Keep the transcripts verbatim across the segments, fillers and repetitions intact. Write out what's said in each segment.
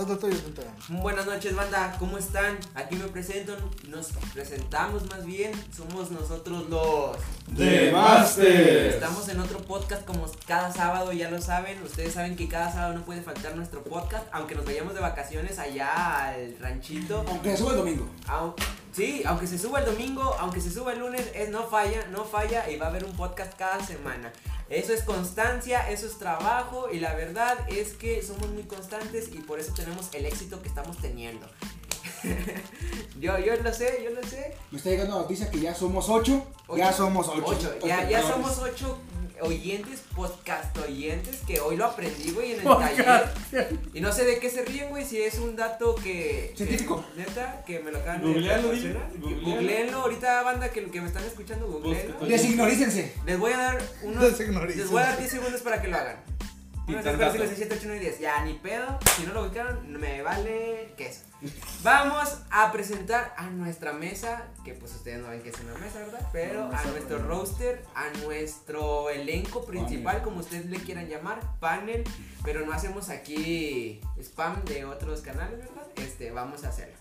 todo tuyo, todo. Buenas noches, banda, ¿cómo están? Aquí me presento, nos presentamos más bien, somos nosotros los The Masters. Estamos en otro podcast como cada sábado, ya lo saben, ustedes saben que cada sábado no puede faltar nuestro podcast, aunque nos vayamos de vacaciones allá al ranchito. Aunque se suba el domingo. Au- sí, aunque se suba el domingo, aunque se suba el lunes, es no falla, no falla y va a haber un podcast cada semana. Eso es constancia, eso es trabajo y la verdad es que somos muy constantes y por eso tenemos el éxito que estamos teniendo. yo, yo lo sé, yo lo sé. Me está llegando la noticia que ya somos ocho. Ocho. Ya somos ocho. Ocho, Ya, ya somos ocho oyentes, podcast oyentes, que hoy lo aprendí, güey, en el taller. Y no sé de qué se ríen, güey, si es un dato que... Científico. que, neta, que me lo acaban Googlealo, de dile, proporcionar. googlealo. Googleenlo, ahorita, banda, que, que me están escuchando, googleenlo. Busca. Designorícense. Les voy a dar unos... Designorícense. Les voy a dar diez segundos para que lo hagan. Y uno, tan dos, tres, dato. cinco, seis, siete, ocho, nueve, diez. Ya, ni pedo. Si no lo ubicaron, me vale queso. Vamos a presentar a nuestra mesa, que pues ustedes no ven que es una mesa, ¿verdad? Pero No, a mesa, nuestro pero- roster, a nuestro elenco principal, como ustedes le quieran llamar, panel, pero no hacemos aquí spam de otros canales, ¿verdad? Este, vamos a hacerlo.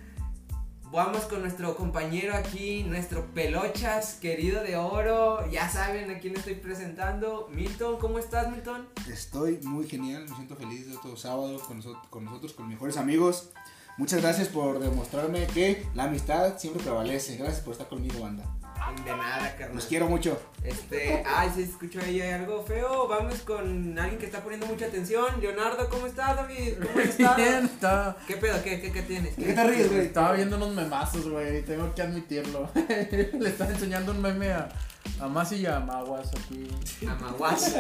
Vamos con nuestro compañero aquí, nuestro Pelochas, querido de oro. Ya saben a quién estoy presentando. Milton, ¿cómo estás, Milton? Estoy muy genial, me siento feliz de otro sábado con nosotros, con nosotros, con mejores amigos. Muchas gracias por demostrarme que la amistad siempre prevalece. Gracias por estar conmigo, banda. De nada, carnal. Los quiero mucho. Este, ay, se escuchó ahí algo feo. Vamos con alguien que está poniendo mucha atención. Leonardo, ¿cómo estás, David? ¿Cómo has estado? Bien, estaba, ¿Qué pedo? ¿Qué, qué, qué tienes? ¿De qué te ríes, güey? estaba viendo unos memazos, güey, tengo que admitirlo. Le están enseñando un meme a, a Masi y a Maguas aquí. Amaguas.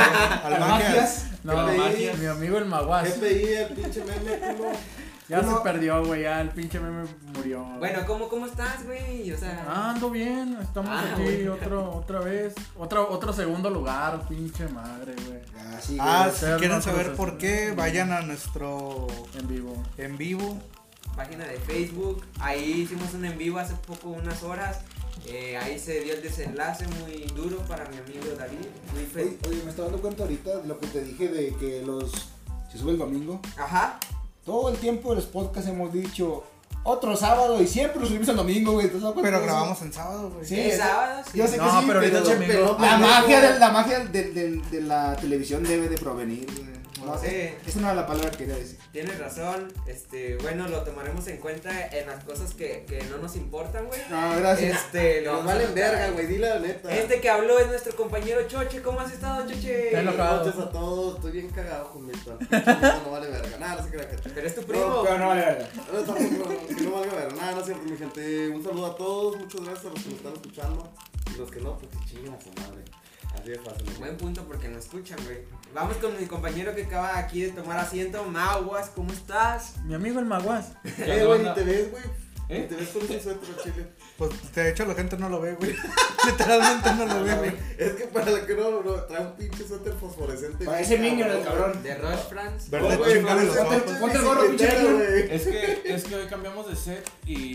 Al magias. No, ¿Qué Magia, pedí? mi amigo el Maguas. ¿Qué pedí el pinche meme, culo? Ya Uno- se perdió, güey, ya el pinche meme murió. Bueno, ¿cómo, cómo estás, güey? O sea, Ah, ando bien, estamos Ah, aquí bueno. otro, otra vez, otro, otro segundo lugar, pinche madre, güey, Así, Ah, güey. si Ser quieren nosotros saber por así. qué, vayan a nuestro en vivo. en vivo. página de Facebook. Ahí hicimos un en vivo hace poco, unas horas. Eh, ahí se dio el desenlace muy duro para mi amigo David. Muy Oye, feliz. oye, me estaba dando cuenta ahorita de lo que te dije de que los... Se sube el domingo. Ajá. Todo el tiempo en los podcasts hemos dicho otro sábado y siempre lo subimos el domingo, güey. ¿Te has dado cuenta Pero de eso? grabamos en sábado, güey. Sí, ¿El es- sábado? Sí. Yo sé que No, sí, pero ahorita pero es domingo. la magia, de, la magia de, de, de la televisión debe de provenir, güey. No, Sí. es- Esa no era la palabra que quería decir. Tienes razón. Este, bueno, lo tomaremos en cuenta en las cosas que, que no nos importan, güey. No, gracias. Este, lo Nos vamos a valen notar. verga, güey, dile la neta. Este que habló es nuestro compañero Choche. ¿Cómo has estado, Choche? Está enojado. Buenas noches a todos, estoy bien cagado con Milton. Pinche Milton no vale verga, nada, no se crea que... Pero es tu primo. No, pero no vale verga. No, tampoco, que no valga verga, nada, no es cierto, mi gente. Un saludo a todos, muchas gracias a los que nos están escuchando. Y los que no, pues que chinguen a su madre. Así de fácil. ¿no? Buen punto porque no escuchan, güey. Vamos con mi compañero que acaba aquí de tomar asiento. Maguas, ¿cómo estás? Mi amigo el Maguas. Eh, güey, ni te ves, güey. ¿Eh? Ni te ves con ese suéter a chile. Pues de hecho la gente no lo ve, güey. Literalmente no lo ve, güey. Es que para la que no, no, trae un pinche suéter fosforescente. Parece bien Minion el cabrón, cabrón. De Rush France. Verdad, Oh, güey, chingale los ponte- ojos. ponte el gorro, pinche Entero, Minion. güey. Es que, es que hoy cambiamos de set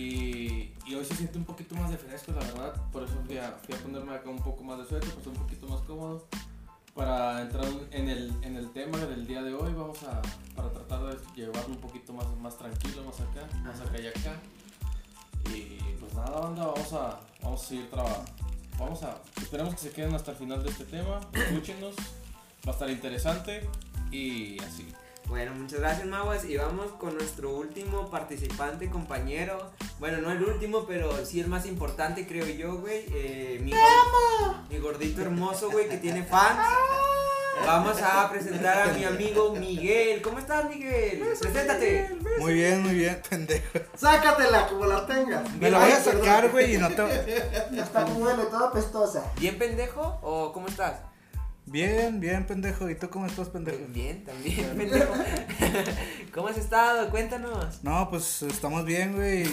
y, y hoy se siente un poquito más de fresco, la verdad. Por eso fui a, fui a ponerme acá un poco más de suéter, pues un poquito más cómodo. Para entrar en el, en el tema del día de hoy, vamos a para tratar de llevarlo un poquito más, más tranquilo, más acá, más acá y acá. Y pues nada, banda, vamos a, vamos a seguir trabajando. Vamos a, esperemos que se queden hasta el final de este tema, escúchenos, va a estar interesante y así. Bueno, muchas gracias, Maguas. Y vamos con nuestro último participante, compañero. Bueno, no el último, pero sí el más importante, creo yo, güey. Eh, mi, gor- mi gordito hermoso, güey, que tiene fans. Vamos a presentar a mi amigo Miguel. ¿Cómo estás, Miguel? Preséntate. Muy bien, muy bien, pendejo. Sácatela como la tengas. Me la voy a sacar, güey, y no te... Está huele toda pestosa. ¿Bien pendejo o cómo estás? Bien, bien, pendejo. ¿Y tú cómo estás, pendejo? Bien, también, pendejo. ¿Cómo has estado? Cuéntanos. No, pues estamos bien, güey.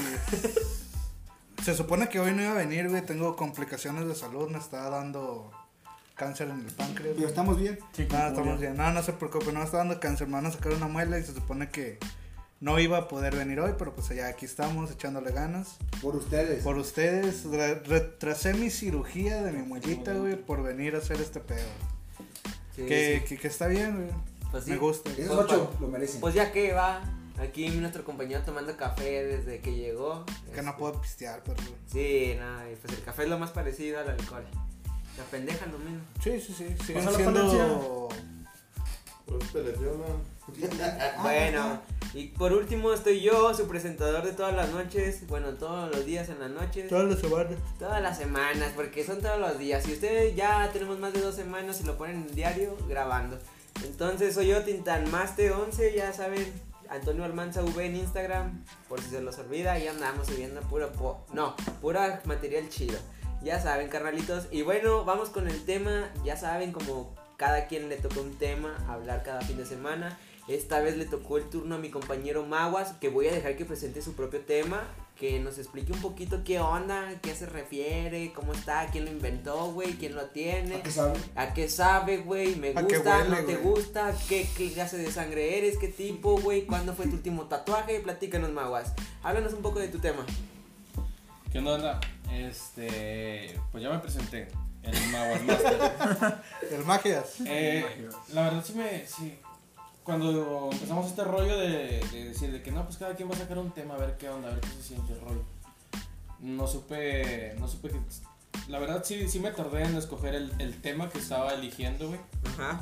Se supone que hoy no iba a venir, güey. Tengo complicaciones de salud, me está dando cáncer en el páncreas. Pero estamos bien. Nada, estamos bien. No, no se preocupe, no me está dando cáncer. Me van a sacar una muela y se supone que no iba a poder venir hoy, pero pues ya aquí estamos echándole ganas. Por ustedes. Por ustedes, re- retrasé mi cirugía de mi muelita, güey, por venir a hacer este pedo. Sí, que, sí. que, que está bien, güey. Pues sí. Me gusta. Esos ocho lo merecen. Pues ya que va. Aquí nuestro compañero tomando café desde que llegó. Que no Este, puedo pistear, pero. Sí, no, y pues el café es lo más parecido al alcohol. La pendeja lo mismo. Sí, sí, sí. Siguen Pásala, siendo. Pues te lesionan. Bueno, y por último estoy yo, su presentador de todas las noches. Bueno, todos los días en las noches. Todas las semanas. Todas las semanas, porque son todos los días. Y ustedes ya tenemos más de dos semanas y lo ponen en diario grabando. Entonces soy yo, Tintan Master once, ya saben, Antonio Almanza V en Instagram, por si se los olvida, ya andamos subiendo puro po no, pura material chido. Ya saben, carnalitos. Y bueno, vamos con el tema. Ya saben, como cada quien le toca un tema hablar cada fin de semana. Esta vez le tocó el turno a mi compañero Maguas, que voy a dejar que presente su propio tema, que nos explique un poquito qué onda, qué se refiere, cómo está, quién lo inventó, güey, quién lo tiene, ¿A qué sabe? a qué sabe, güey, me ¿A qué gusta, huele, no te güey? gusta, qué qué clase de sangre eres, qué tipo, güey, cuándo fue tu último tatuaje, platícanos, Maguas. Háblanos un poco de tu tema. ¿Qué onda, onda? Este, pues ya me presenté, el Maguas Master. El Magias. Eh, la verdad sí me, sí, cuando empezamos este rollo de, de decir de que no, pues cada quien va a sacar un tema, a ver qué onda, a ver qué se siente el rollo. No supe, no supe que, la verdad sí, sí me tardé en escoger el, el tema que estaba eligiendo, güey. Ajá.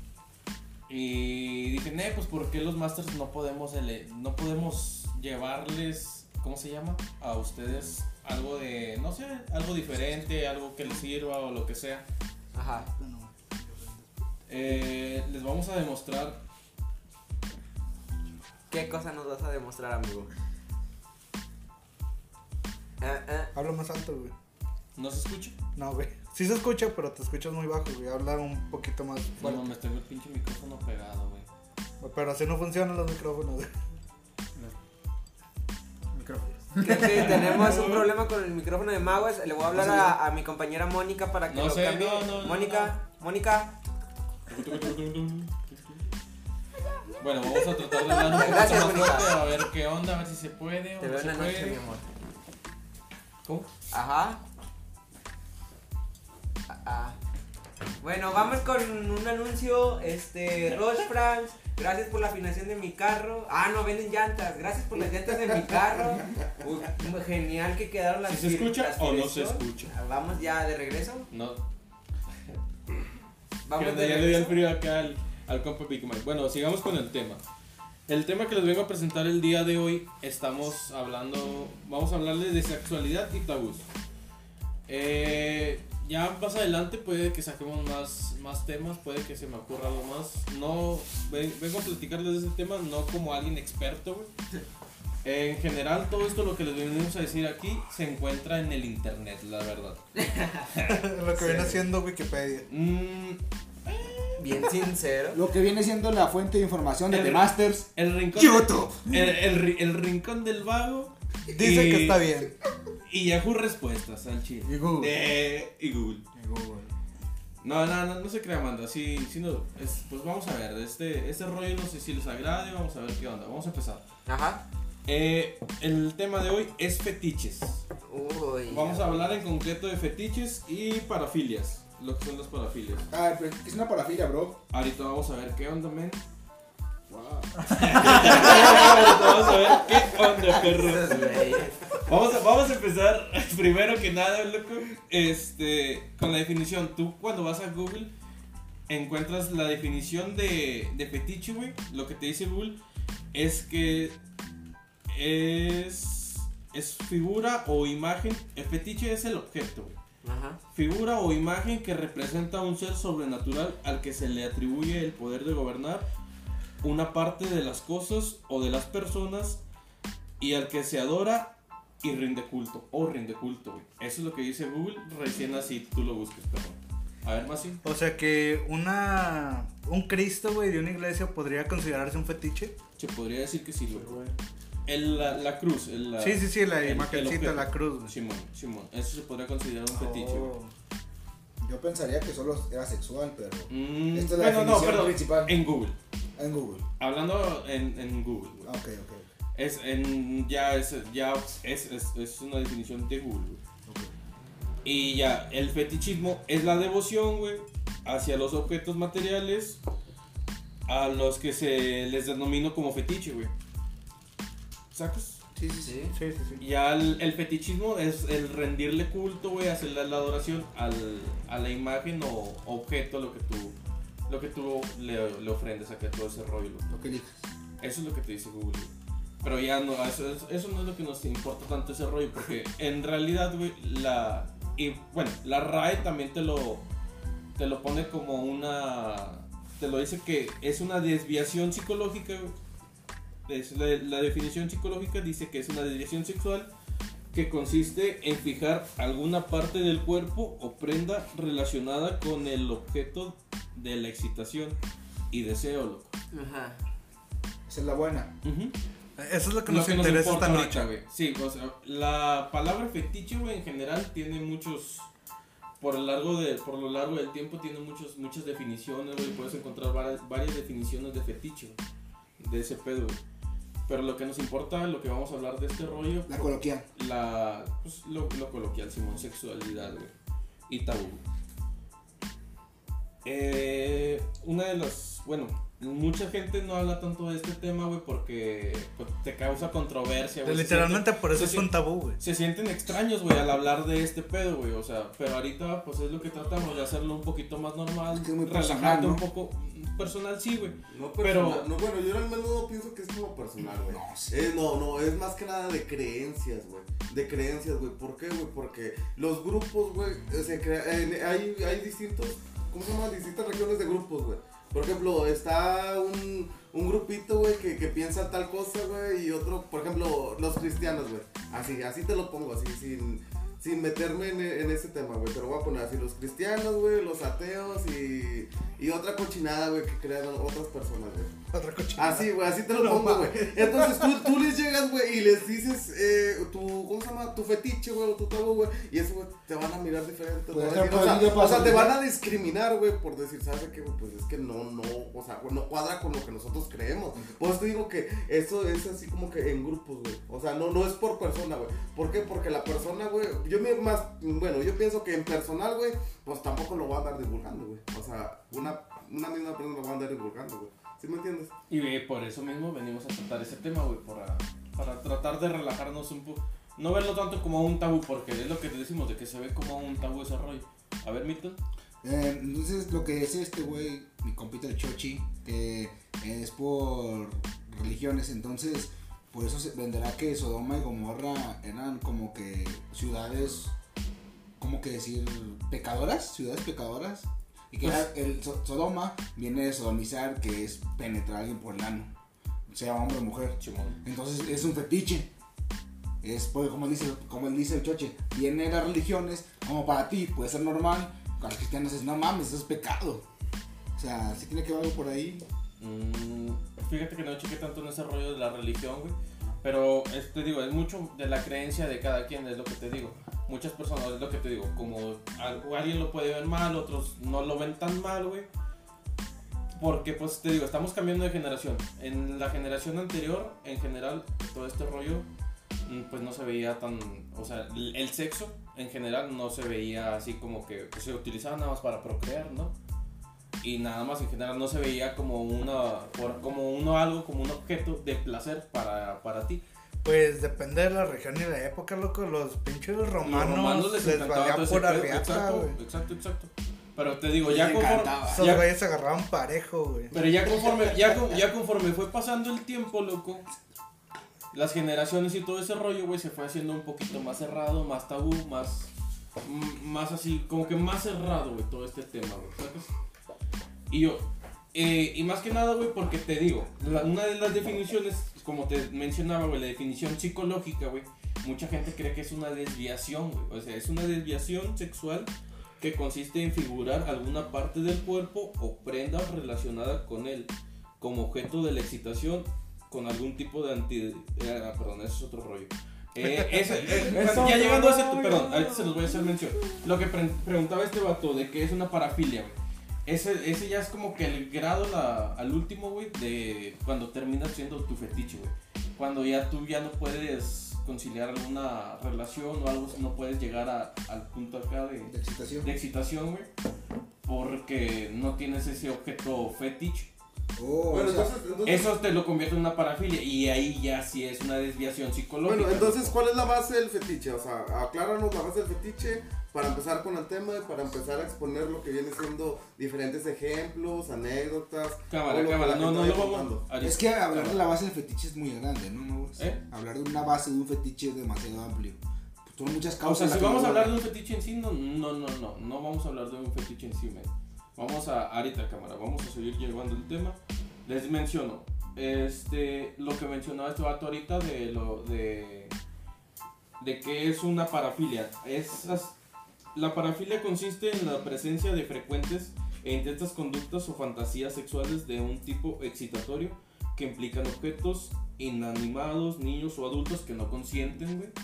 Y dije, ne, pues ¿por qué los masters no podemos, ele no podemos llevarles, ¿cómo se llama? A ustedes algo de, no sé, algo diferente, algo que les sirva o lo que sea. Ajá. Eh, les vamos a demostrar. ¿Qué cosa nos vas a demostrar, amigo? Ah, ah. Habla más alto, güey. ¿No se escucha? No, güey. Sí se escucha, pero te escuchas muy bajo, güey. Habla un poquito más No, fuerte. me tengo el pinche micrófono pegado, güey. Pero así no funcionan los micrófonos, güey. Micrófonos. Que sí, tenemos un problema con el micrófono de Maguas. Le voy a hablar a, a mi compañera Mónica para que No lo sé, cambie. no, no, no, Mónica, Mónica. Bueno, vamos a tratar de dar un poquito Gracias, más Mónica. fuerte, a ver qué onda, a ver si se puede o Te no veo en se la noche, mi puede. amor. ¿Cómo? Ajá. Ah, ah. Bueno, vamos con un anuncio. Este, Roche France, gracias por la afinación de mi carro. Ah, no, venden llantas. Gracias por las llantas de mi carro. Uy, genial que quedaron las ¿Sí se fir- escucha las o no se Firestone. escucha? Ah, Vamos ya de regreso. No. Vamos ¿Qué onda? de Ya le di el regreso. frío acá al, al compa Big Mike. Bueno, sigamos con el tema. El tema que les vengo a presentar el día de hoy, estamos hablando, vamos a hablarles de sexualidad y tabús. Eh, ya más adelante puede que saquemos más, más temas, puede que se me ocurra algo más. No, ven- vengo a platicarles de ese tema, no como alguien experto, güey. En general, todo esto lo que les venimos a decir aquí se encuentra en el internet, la verdad. Lo que viene siendo Wikipedia. Mm, Bien sincero. Lo que viene siendo la fuente de información de El- The Masters. el rincón YouTube. de- el, el ri- el rincón del vago. Dice y- que está bien. Y Yahoo Respuestas al chile. Y Google. Eh, y Google. Y Google. No, no, no, no se crea, Amanda. Sí, sí, no. Es, pues vamos a ver. Este, este rollo no sé si les agrade. Vamos a ver qué onda. Vamos a empezar. Ajá. Eh, el tema de hoy es fetiches. Uy. Vamos a hablar en concreto de fetiches y parafilias. Lo que son las parafilias. Ah, pues, es una parafilia, bro. Ahorita vamos a ver qué onda, men. Wow. Ahorita vamos a ver qué onda, perro. Esos güeyes. Vamos a, vamos a empezar primero que nada, loco, este, con la definición. Tú cuando vas a Google encuentras la definición de, de fetiche, güey. Lo que te dice Google es que es, es figura o imagen. El fetiche es el objeto, güey. Ajá. Figura o imagen que representa a un ser sobrenatural al que se le atribuye el poder de gobernar una parte de las cosas o de las personas y al que se adora y rinde culto o rinde culto, güey. Eso es lo que dice Google, recién así tú lo busques, perdón. A ver, más sí. O sea que una un Cristo, güey, de una iglesia podría considerarse un fetiche. Se podría decir que sí, güey. El, la, la cruz, el, la, Sí, sí, sí, la el- el imagencita, objeto. la cruz, güey. Simón, Simón, eso se podría considerar un fetiche, güey. Oh. Yo pensaría que solo era sexual, pero. Mm, Esta es la bueno, no, definición perdón, principal. en Google. En Google. Hablando en, en Google, güey. Ah, ok, ok. Es en, ya es, ya es, es, es una definición de Google, güey. Ok. Y ya, el fetichismo es la devoción, güey, hacia los objetos materiales a los que se les denomina como fetiche, güey. ¿Sacas? Sí, sí, sí. Sí, sí, sí. Ya el, el fetichismo es el rendirle culto, güey, hacerle la adoración al, a la imagen o objeto, lo que tú, lo que tú le, le ofrendes a que todo ese rollo. Loco. Lo que elijas. Eso es lo que te dice Google. Pero ya no, eso, eso, eso no es lo que nos importa tanto ese rollo, porque en realidad, güey, la, y bueno, la R A E también te lo, te lo pone como una, te lo dice que es una desviación psicológica, güey. Es la, la definición psicológica dice que es una desviación sexual que consiste en fijar alguna parte del cuerpo o prenda relacionada con el objeto de la excitación y deseo, loco. Ajá. Esa es la buena. Uh-huh. Eso es lo que Lo nos que nos interesa importa esta ahorita, noche. güey. Sí, o sea, la palabra fetiche, güey, en general tiene muchos, por lo largo de, por lo largo del tiempo tiene muchos, muchas definiciones, güey. Puedes encontrar varias, varias definiciones de fetiche, güey, de ese pedo, güey. Pero lo que nos importa, lo que vamos a hablar de este rollo, La coloquial. la, pues, lo, lo coloquial, Simón, sexualidad, güey, y tabú. Eh, una de las, bueno, mucha gente no habla tanto de este tema, güey, porque pues, te causa controversia, güey. Se Literalmente por eso se es un siente- tabú, güey. Se sienten extraños, güey, al hablar de este pedo, güey, o sea, pero ahorita, pues es lo que tratamos de hacerlo un poquito más normal, Es que es muy relajarte personal, ¿no? un poco, personal, sí, güey. No, Pero- personal, no, bueno, yo al menos no pienso que es como personal, güey. No, sí. Eh, no, no, es más que nada de creencias, güey. De creencias, güey. ¿Por qué, güey? Porque los grupos, güey, se crea- eh, hay, hay distintos, ¿cómo se llama? Distintas regiones de grupos, güey. Por ejemplo, está un, un grupito, güey, que, que piensa tal cosa, güey, y otro, por ejemplo, los cristianos, güey. Así, así te lo pongo, así, sin, sin meterme en, en ese tema, güey. Te lo voy a poner así, los cristianos, güey, los ateos y, y otra cochinada, güey, que crean otras personas, güey. Otra cochinada. Así, güey, así te lo pongo, güey. Entonces tú, tú les llegas, güey, y les dices eh, tu, ¿cómo se llama? Tu fetiche, güey, o tu tabú, güey. Y eso, güey, te van a mirar diferente. Te Puede van a ser decir, o, sea, prohibido para o sea, te seguridad. van a discriminar, güey, por decir, ¿sabes qué, güey? Pues es que no, no, o sea, güey, no cuadra con lo que nosotros creemos. Por eso te digo que eso es así como que en grupos, güey. O sea, no, no es por persona, güey. ¿Por qué? Porque la persona, güey, yo me más, bueno, yo pienso que en personal, güey, pues tampoco lo voy a andar divulgando, güey. O sea, una, una misma persona lo va a andar divulgando, güey. ¿Sí me entiendes? Y eh, por eso mismo venimos a tratar ese tema, güey, para, para tratar de relajarnos un poco. No verlo tanto como un tabú, porque es lo que te decimos, de que se ve como un tabú ese rollo. A ver, Milton. Eh, entonces, lo que dice este güey, mi compita el Chochi, que es por religiones, entonces, por eso se vendrá que Sodoma y Gomorra eran como que ciudades, como que decir, pecadoras, ciudades pecadoras. Y que era el so- Sodoma viene de sodomizar, que es penetrar a alguien por el ano, sea hombre o mujer. Chimón. Entonces es un fetiche. Es porque, como dice, como él dice el Choche, viene de las religiones, como para ti puede ser normal, para los cristianos es no mames, eso es pecado. O sea, sí tiene que haber algo por ahí. Mm, fíjate que no chequé tanto en ese rollo de la religión, güey. Pero es, te digo, es mucho de la creencia de cada quien, es lo que te digo. Muchas personas, es lo que te digo, como al- alguien lo puede ver mal, otros no lo ven tan mal, güey. Porque, pues te digo, estamos cambiando de generación. En la generación anterior, en general, todo este rollo, mm, pues no se veía tan. O sea, el el sexo en general no se veía así como que pues, se utilizaba nada más para procrear, ¿no? Y nada más en general no se veía como una por- como uno algo, como un objeto de placer para, para ti. Pues depende de la región y la época, loco. Los pinches romanos, Los romanos les, les encantaba valía todo ese pura pedo. riata, Exacto, güey. exacto, exacto. Pero te digo, Les ya conforme, encantaba. Esos ya- güeyes se agarraban parejo, güey. pero ya conforme, ya, con- ya conforme fue pasando el tiempo, loco, las generaciones y todo ese rollo, güey, se fue haciendo un poquito más cerrado, más tabú, más, m- más así, como que más cerrado, güey, todo este tema, güey, ¿sabes? Y yo, eh, y más que nada, güey, porque te digo, la- una de las definiciones, como te mencionaba, güey, la definición psicológica, güey, mucha gente cree que es una desviación, güey, o sea, es una desviación sexual que consiste en figurar alguna parte del cuerpo o prenda relacionada con él como objeto de la excitación con algún tipo de anti... eh, perdón, ese es otro rollo. Eh, ese- eh, Es ya otro llegando a ese... rollo. Perdón, ahorita se los voy a hacer mención. Lo que pre- preguntaba este vato de que es una parafilia, güey. Ese, ese ya es como que el grado la, al último, güey, de cuando terminas siendo tu fetiche, güey. Cuando ya tú ya no puedes conciliar alguna relación o algo, no puedes llegar a- al punto acá de, De excitación. de excitación, güey, porque no tienes ese objeto fetiche. Oh, Bueno, o sea, entonces, entonces Eso te lo convierte en una parafilia y ahí ya sí es una desviación psicológica. Bueno, entonces, ¿cuál es la base del fetiche? O sea, acláranos la base del fetiche para empezar con el tema y para empezar a exponer lo que viene siendo diferentes ejemplos, anécdotas. Cámara, o lo que cámara, la no, gente no vaya lo vamos. contando. Ari, es que hablar de la base del fetiche es muy grande, ¿no? ¿No? ¿Eh? Hablar de una base de un fetiche es demasiado amplio. Pues son muchas O causas. sea, las si que vamos a lo hablar de logran. un fetiche en sí, no, no, no, no, no vamos a hablar de un fetiche en sí, men. Vamos a, ahorita cámara, vamos a seguir llevando el tema. Les menciono, este, lo que mencionaba este vato ahorita de lo, de, de que es una parafilia. Esas, la parafilia consiste en la presencia de frecuentes e intensas conductas o fantasías sexuales de un tipo excitatorio que implican objetos inanimados, niños o adultos que no consienten, güey.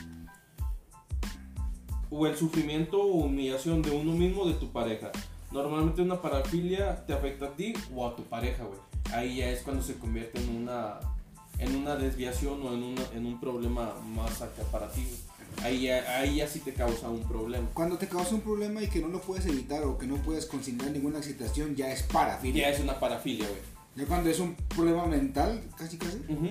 O el sufrimiento o humillación de uno mismo o de tu pareja. Normalmente una parafilia te afecta a ti o a tu pareja, güey. Ahí ya es cuando se convierte en una en una desviación o en, una, en un problema más acá para ti, güey. Ahí ya, ahí ya sí te causa un problema. Cuando te causa un problema y que no lo puedes evitar o que no puedes consignar ninguna excitación, ya es parafilia. Ya es una parafilia, güey. Ya cuando es un problema mental, casi casi. Ujú.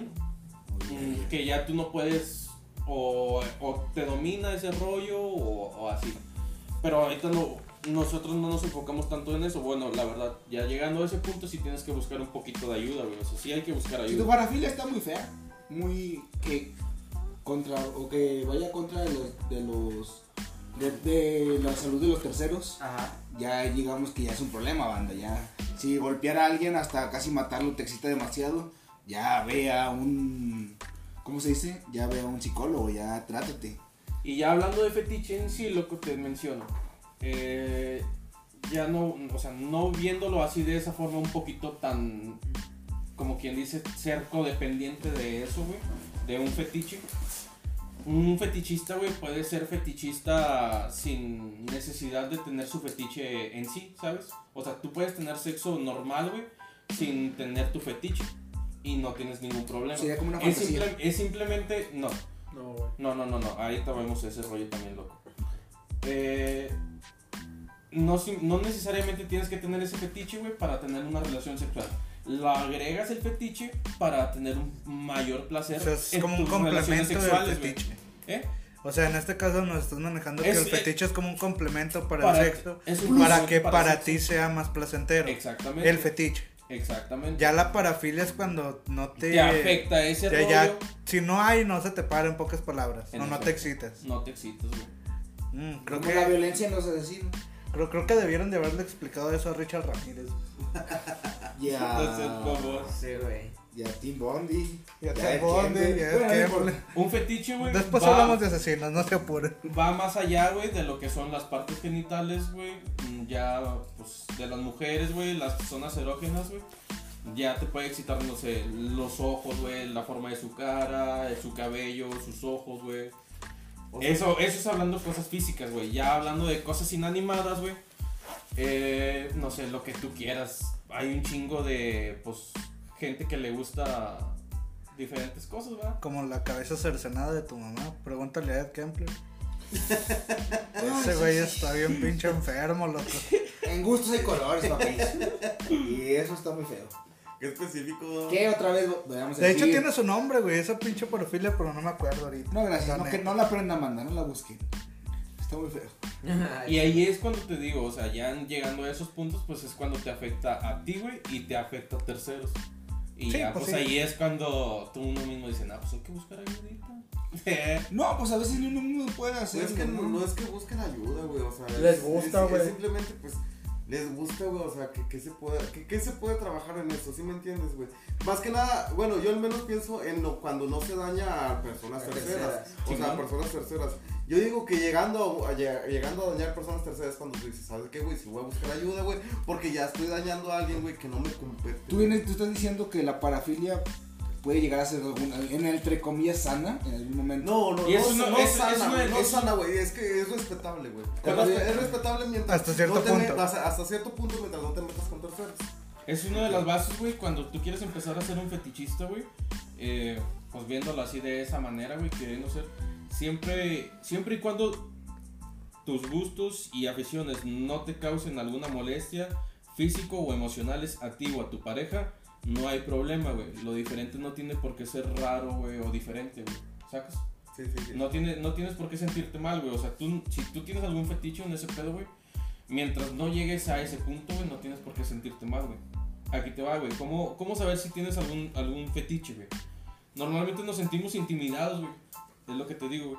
Mm, que ya tú no puedes o, o te domina ese rollo o, o así. Pero ahorita no, nosotros no nos enfocamos tanto en eso. Bueno, la verdad, ya llegando a ese punto sí tienes que buscar un poquito de ayuda, güey. O sea, sí hay que buscar Si tu ayuda. parafilia está muy fea, muy que contra o que vaya contra de los de los de, de la salud de los terceros, Ajá. ya digamos que ya es un problema, banda. Ya si golpear a alguien hasta casi matarlo te excita demasiado, ya ve a un, ¿cómo se dice? Ya ve a un psicólogo, ya trátate. Y ya hablando de fetiche en sí, lo que te menciono, eh, ya no, o sea, no viéndolo así de esa forma un poquito tan, como quien dice, ser codependiente de eso, güey, de un fetiche. Un fetichista, güey, puede ser fetichista sin necesidad de tener su fetiche en sí, ¿sabes? O sea, tú puedes tener sexo normal, güey, sin tener tu fetiche y no tienes ningún problema. Sería como una Es, fantasía. simple- es simplemente, no, No, güey. no, no, no, no, ahorita vemos ese rollo también, loco. Eh, no, sim- no necesariamente tienes que tener ese fetiche, güey, para tener una relación sexual. Lo agregas el fetiche para tener un mayor placer. O sea, es en como un tus relaciones complemento del sexuales, güey. fetiche. ¿Eh? O sea, en este caso nos estás manejando Es- que el es- fetiche es como un complemento para, Para- el sexo, es un para plus que para para, el sexo. ti sea más placentero. Exactamente. El fetiche. Exactamente. Ya la parafilia es cuando no te... te afecta ese ya, rollo. ya, si no hay, no se te para en pocas palabras. En No, no efecto. te excitas. No te excitas, güey. Mm, creo, Como la que, violencia en los asesinos. creo, creo que debieron de haberle explicado eso a Richard Ramírez. Ya. No seas bobo. Sí, güey. Ya Tim Bondi. Ya el Tim Bondi, Kemble. ya el Bueno, no Kemble. importa. Un fetiche, güey. Después va- hablamos de asesinos, no se apuren. Va más allá, güey, de lo que son las partes genitales, güey. Mm, Ya, pues, de las mujeres, güey, las zonas erógenas, güey. Ya te puede excitar, no sé, los ojos, güey, la forma de su cara, su cabello, sus ojos, güey. O sea, Eso, eso es hablando de cosas físicas, güey. Ya hablando de cosas inanimadas, güey. Eh, no sé, lo que tú quieras. Hay un chingo de, pues, gente que le gusta diferentes cosas, ¿verdad? Como la cabeza cercenada de tu mamá. Pregúntale a Ed Kempler. Ese güey está bien pinche enfermo, loco. En gustos hay colores, papi. Y eso está muy feo. qué específico. ¿Qué otra vez vayamos a De hecho decir? tiene su nombre, güey, esa pinche parafilia, pero no me acuerdo ahorita. No, gracias. La No, que neta. no la aprendan, manda, no la busquen. Está muy feo. Y ahí es cuando te digo, o sea, ya llegando a esos puntos, pues es cuando te afecta a ti, güey, y te afecta a terceros. Y Sí, ya, pues pues sí. ahí es cuando tú uno mismo dices, ah, pues hay que buscar ayudita. No, pues a veces uno mismo puede hacer. Pues es que no, no es que busquen ayuda, güey, o sea, Les es- gusta, es- güey. es simplemente, pues, les gusta, güey, o sea, que, que se puede, que, que se puede trabajar en eso, ¿sí me entiendes, güey? Más que nada, bueno, yo al menos pienso en lo, cuando no se daña a personas A terceras, terceras. o sea, a Chingón. personas terceras. Yo digo que llegando a, a lleg- llegando a dañar personas terceras cuando tú dices, ¿sabes qué, güey? Si voy a buscar ayuda, güey, porque ya estoy dañando a alguien, güey, que no me compete. Tú, vienes, tú estás diciendo que la parafilia puede llegar a ser alguna, en entre comillas sana en algún momento. No, no, Y eso no, no- no, eso- sana, eso no güey, es- no eso- sana, güey, es que es respetable, güey. Es, Pero- respe- es respetable mientras Hasta cierto no te punto. metas- hasta cierto punto mientras no te metas con terceros. Es una de las bases, güey, cuando tú quieres empezar a ser un fetichista, güey, eh, pues viéndolo así de esa manera, güey, queriendo ser, siempre, siempre y cuando tus gustos y aficiones no te causen alguna molestia físico o emocionales a ti o a tu pareja, no hay problema, güey. Lo diferente no tiene por qué ser raro, güey, o diferente, güey. ¿Sacas? Sí, sí, sí. No, tiene, no tienes por qué sentirte mal, güey. O sea, tú, si tú tienes algún fetiche en ese pedo, güey, mientras no llegues a ese punto, güey, no tienes por qué sentirte mal, güey. Aquí te va, güey. ¿Cómo, ¿Cómo saber si tienes algún, algún fetiche, güey? Normalmente nos sentimos intimidados, güey. Es lo que te digo, güey.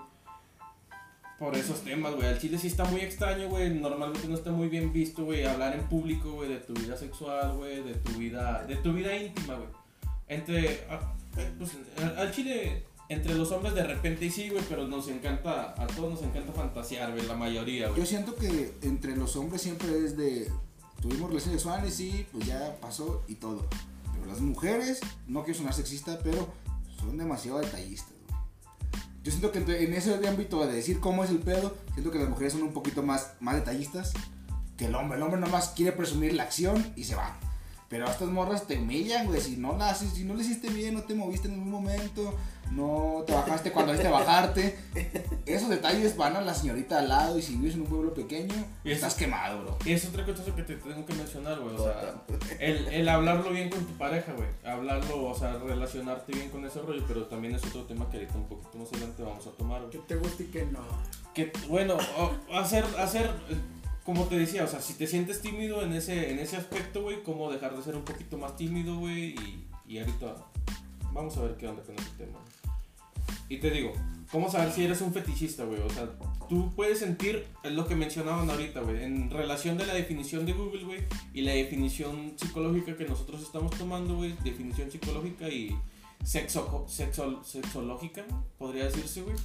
Por esos temas, güey. Al chile sí está muy extraño, güey. Normalmente no está muy bien visto, güey. Hablar en público, güey, de tu vida sexual, güey. De tu vida, de tu vida íntima, güey. Entre, ah, pues, al, al chile... Entre los hombres de repente sí, güey, pero nos encanta, a todos nos encanta fantasear, güey, la mayoría, güey. Yo siento que entre los hombres siempre es de, tuvimos relaciones sexuales, sí, pues ya pasó y todo. Pero las mujeres, no quiero sonar sexista, pero son demasiado detallistas, güey. Yo siento que en ese ámbito de decir cómo es el pedo, siento que las mujeres son un poquito más, más detallistas que el hombre. El hombre nomás quiere presumir la acción y se va. Pero a estas morras te humillan, güey, si no la haces, si no le hiciste bien, no te moviste en algún momento, no te bajaste cuando debiste bajarte. Esos detalles van a la señorita al lado y si vives en un pueblo pequeño, y estás eso, quemado, bro. Y es otra cosa que te tengo que mencionar, güey, o sea, el, el hablarlo bien con tu pareja, güey, hablarlo, o sea, relacionarte bien con ese rollo, pero también es otro tema que ahorita un poquito más adelante vamos a tomar, güey. Que te guste y que no. Que, bueno, o, hacer, hacer... Como te decía, o sea, si te sientes tímido en ese, en ese aspecto, güey, cómo dejar de ser un poquito más tímido, güey, y, y ahorita vamos a ver qué onda con ese tema. Y te digo, ¿cómo saber si eres un fetichista, güey? O sea, tú puedes sentir, es lo que mencionaban ahorita, güey, en relación de la definición de Google, güey, y la definición psicológica que nosotros estamos tomando, güey, definición psicológica y sexo, sexo, sexológica, podría decirse, güey.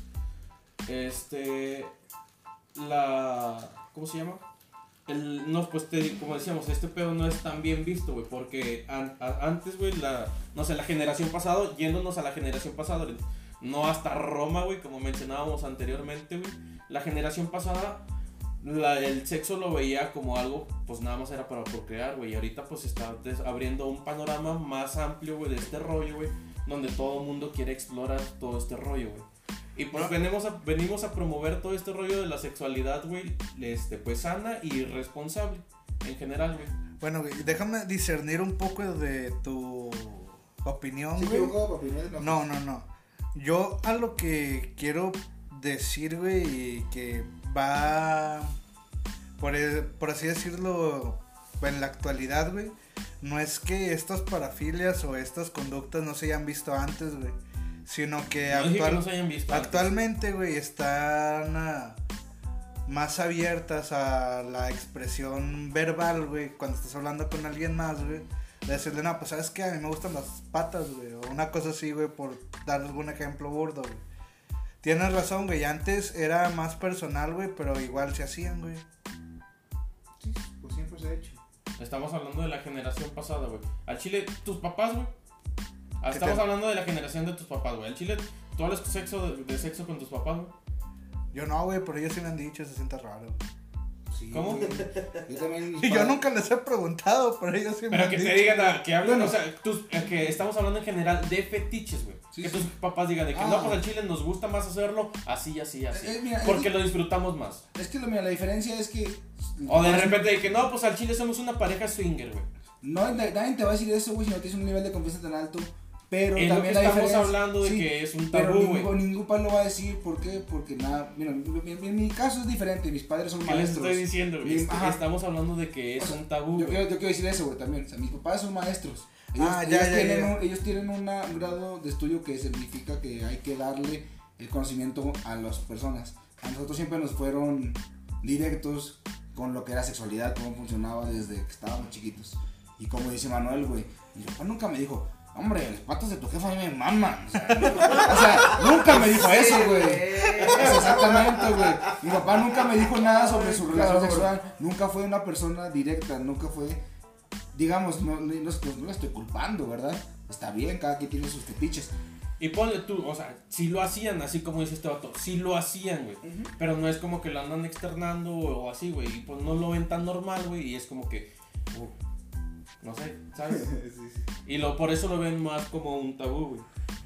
Este, la, ¿cómo se llama? El, no, pues te, como decíamos, este pedo no es tan bien visto, güey, porque an, a, antes, güey, la, no sé, la generación pasada, yéndonos a la generación pasada, no hasta Roma, güey, como mencionábamos anteriormente, güey, la generación pasada, la, el sexo lo veía como algo, pues nada más era para procrear, güey, y ahorita pues está des, abriendo un panorama más amplio, güey, de este rollo, güey, donde todo el mundo quiere explorar todo este rollo, güey. Y pues venimos a, venimos a promover todo este rollo de la sexualidad, güey, este, pues sana y responsable, en general, güey. Bueno, güey, déjame discernir un poco de tu opinión, ¿Sí güey. equivocó, papi? No, no, no. Yo a lo que quiero decir, güey, y que va, por, por así decirlo, en la actualidad, güey, no es que estas parafilias o estas conductas no se hayan visto antes, güey. Sino que, no actual, que no se hayan visto actualmente, güey, están uh, más abiertas a la expresión verbal, güey, cuando estás hablando con alguien más, güey. De decirle, no, pues, ¿sabes qué? A mí me gustan las patas, güey, o una cosa así, güey, por dar algún ejemplo burdo, güey. Tienes razón, güey, antes era más personal, güey, pero igual se hacían, güey. Sí, pues siempre se ha hecho. Estamos hablando de la generación pasada, güey. Al chile, tus papás, güey. Estamos te... hablando de la generación de tus papás, güey. Al chile, ¿tú hablas sexo de, de sexo con tus papás, güey? Yo no, güey, pero ellos sí me han dicho, se siente raro. Sí, ¿Cómo? Yo también. Y yo nunca les he preguntado, pero ellos sí me Pero han que dicho. te digan, a, que hablen, Bueno. o sea, tus, eh, que estamos hablando en general de fetiches, güey. Sí, que sí. tus papás digan de que Ah. no, pues al chile nos gusta más hacerlo así, así, así. Eh, eh, mira, porque es- lo disfrutamos más. Es que lo, mira, la diferencia es que. O de repente de que no, pues al chile somos una pareja swinger, güey. No, nadie te va a decir eso, güey, si no tienes un nivel de confianza tan alto. Pero Es lo que también la estamos diferencia. hablando de sí, que es un Pero tabú, güey. ningún, ningún padre lo va a decir, ¿por qué? Porque nada, mira, en, en- en mi caso es diferente, mis padres son ¿Qué les maestros. estoy diciendo, güey? Mi- Es que ajá. estamos hablando de que es O sea, un tabú, Yo güey. quiero, yo quiero decir eso, güey, también. O sea, mis papás son maestros. Ellos, Ah, ellos ya, ya, tienen, ya. Un, ellos tienen una- un grado de estudio que significa que hay que darle el conocimiento a las personas. A nosotros siempre nos fueron directos con lo que era sexualidad, cómo funcionaba desde que estábamos chiquitos. Y como dice Manuel, güey, mi papá nunca me dijo, hombre, las patas de tu jefa a mí me maman. O sea, o sea, nunca me dijo eso, güey. Exactamente, güey. Mi papá nunca me dijo nada sobre su relación sexual. Nunca fue una persona directa, nunca fue, digamos, no, no, no, no la estoy culpando, ¿verdad? Está bien, cada quien tiene sus fetiches. Y ponle tú, o sea, si lo hacían, así como dice este vato, si lo hacían, güey. Ujú. Pero no es como que lo andan externando o, o así, güey. Y pues no lo ven tan normal, güey. Y es como que, uh, no sé, ¿sabes? Y lo, por eso lo ven más como un tabú, güey.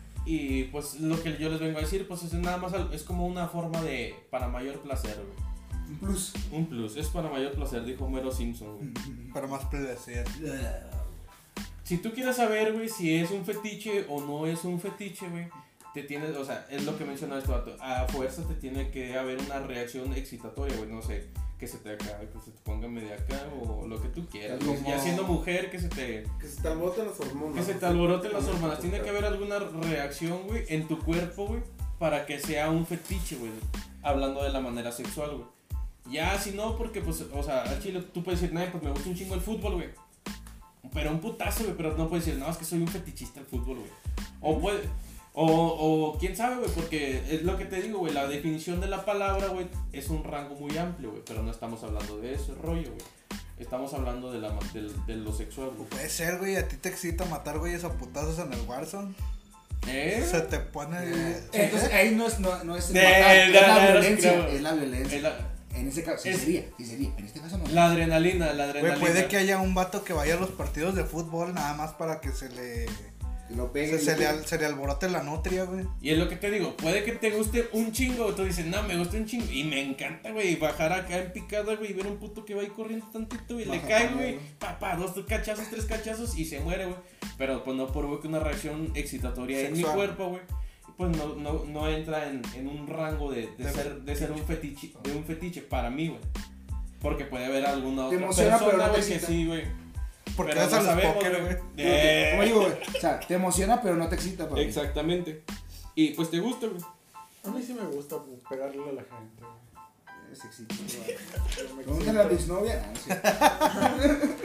Y pues lo que yo les vengo a decir, pues es nada más, al- es como una forma de, para mayor placer, güey. Un plus. Un plus, es para mayor placer, dijo Homero Simpson, güey. Para más placer. si tú quieres saber, güey, si es un fetiche o no es un fetiche, güey, te tienes, o sea, es lo que mencionaba este vato, a fuerza te tiene que haber una reacción excitatoria, güey, no sé, que se te acá, que se te ponga media acá o lo que tú quieras, güey. Como- Ya siendo mujer, que se te, Que se te alboroten las hormonas. que se te alboroten las hormonas, tiene que haber alguna reacción, güey, en tu cuerpo, güey, para que sea un fetiche, güey, hablando de la manera sexual, güey. Ya, si no, porque, pues, o sea, al chile tú puedes decir, nah, pues me gusta un chingo el fútbol, güey. Pero un putazo, güey, pero no puedes decir, no, es que soy un fetichista del fútbol, güey. O puede, o, o quién sabe, güey, porque es lo que te digo, güey, la definición de la palabra, güey, es un rango muy amplio, güey, pero no estamos hablando de ese rollo, güey. Estamos hablando de, la, de, de lo sexual, güey. Puede ser, güey, a ti te excita matar güeyes a putazos en el Warzone. ¿Eh? Se te pone... Entonces ahí no es, no, no es el De- matar, de- es la de- violencia, creo. es la violencia. Es la, En ese caso, sí es- sería, sí sería, en este caso no. la adrenalina, la adrenalina. Güey, puede que haya un vato que vaya a los partidos de fútbol nada más para que se le... Que lo Se, pegue. se le, al- se le alborote la nutria, güey. Y es lo que te digo, puede que te guste un chingo, tú dices, no, me gusta un chingo, y me encanta, güey, bajar acá en picada, güey, y ver un puto que va ahí corriendo tantito, y le Baja, cae, baja, güey, güey. pa, pa, dos cachazos, tres cachazos, y se muere, güey. Pero pues no provoca una reacción excitatoria en mi Sexual. cuerpo, güey. Pues no, no, no entra en, en un rango de, de De ser, de ser un fetiche, de un fetiche para mí, güey. Porque puede haber alguna Te otra emociona, pero persona, no te güey, que excita. sí, güey. Porque Pero vas no a los sabemos, póker, güey. güey. Eh, Como digo, güey, o sea, te emociona, pero no te excita, papi. Exactamente. Y pues te gusta, güey. A mí sí me gusta pues, pegarle a la gente. güey. Es excita, güey. Yo me Pregúntale a la excito. exnovia. Ah,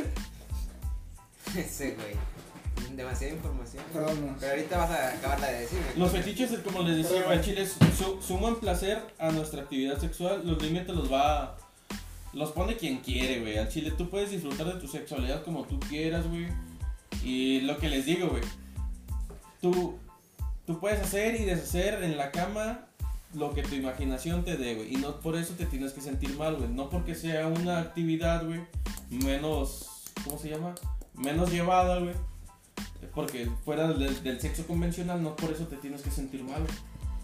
sí. Ese, güey. Demasiada información. Perdón, no. Pero ahorita vas a acabarla de decir. güey. Los fetiches, como les decía, güey, al chile su- suman placer a nuestra actividad sexual. Los límites los va. Los pone quien quiere, güey. Al chile tú puedes disfrutar de tu sexualidad como tú quieras, güey. Y lo que les digo, güey. Tú, tú puedes hacer y deshacer en la cama lo que tu imaginación te dé, güey. Y no por eso te tienes que sentir mal, güey. No porque sea una actividad, güey, menos. ¿Cómo se llama? Menos llevada, güey. Porque fuera del, del sexo convencional, no por eso te tienes que sentir mal, güey.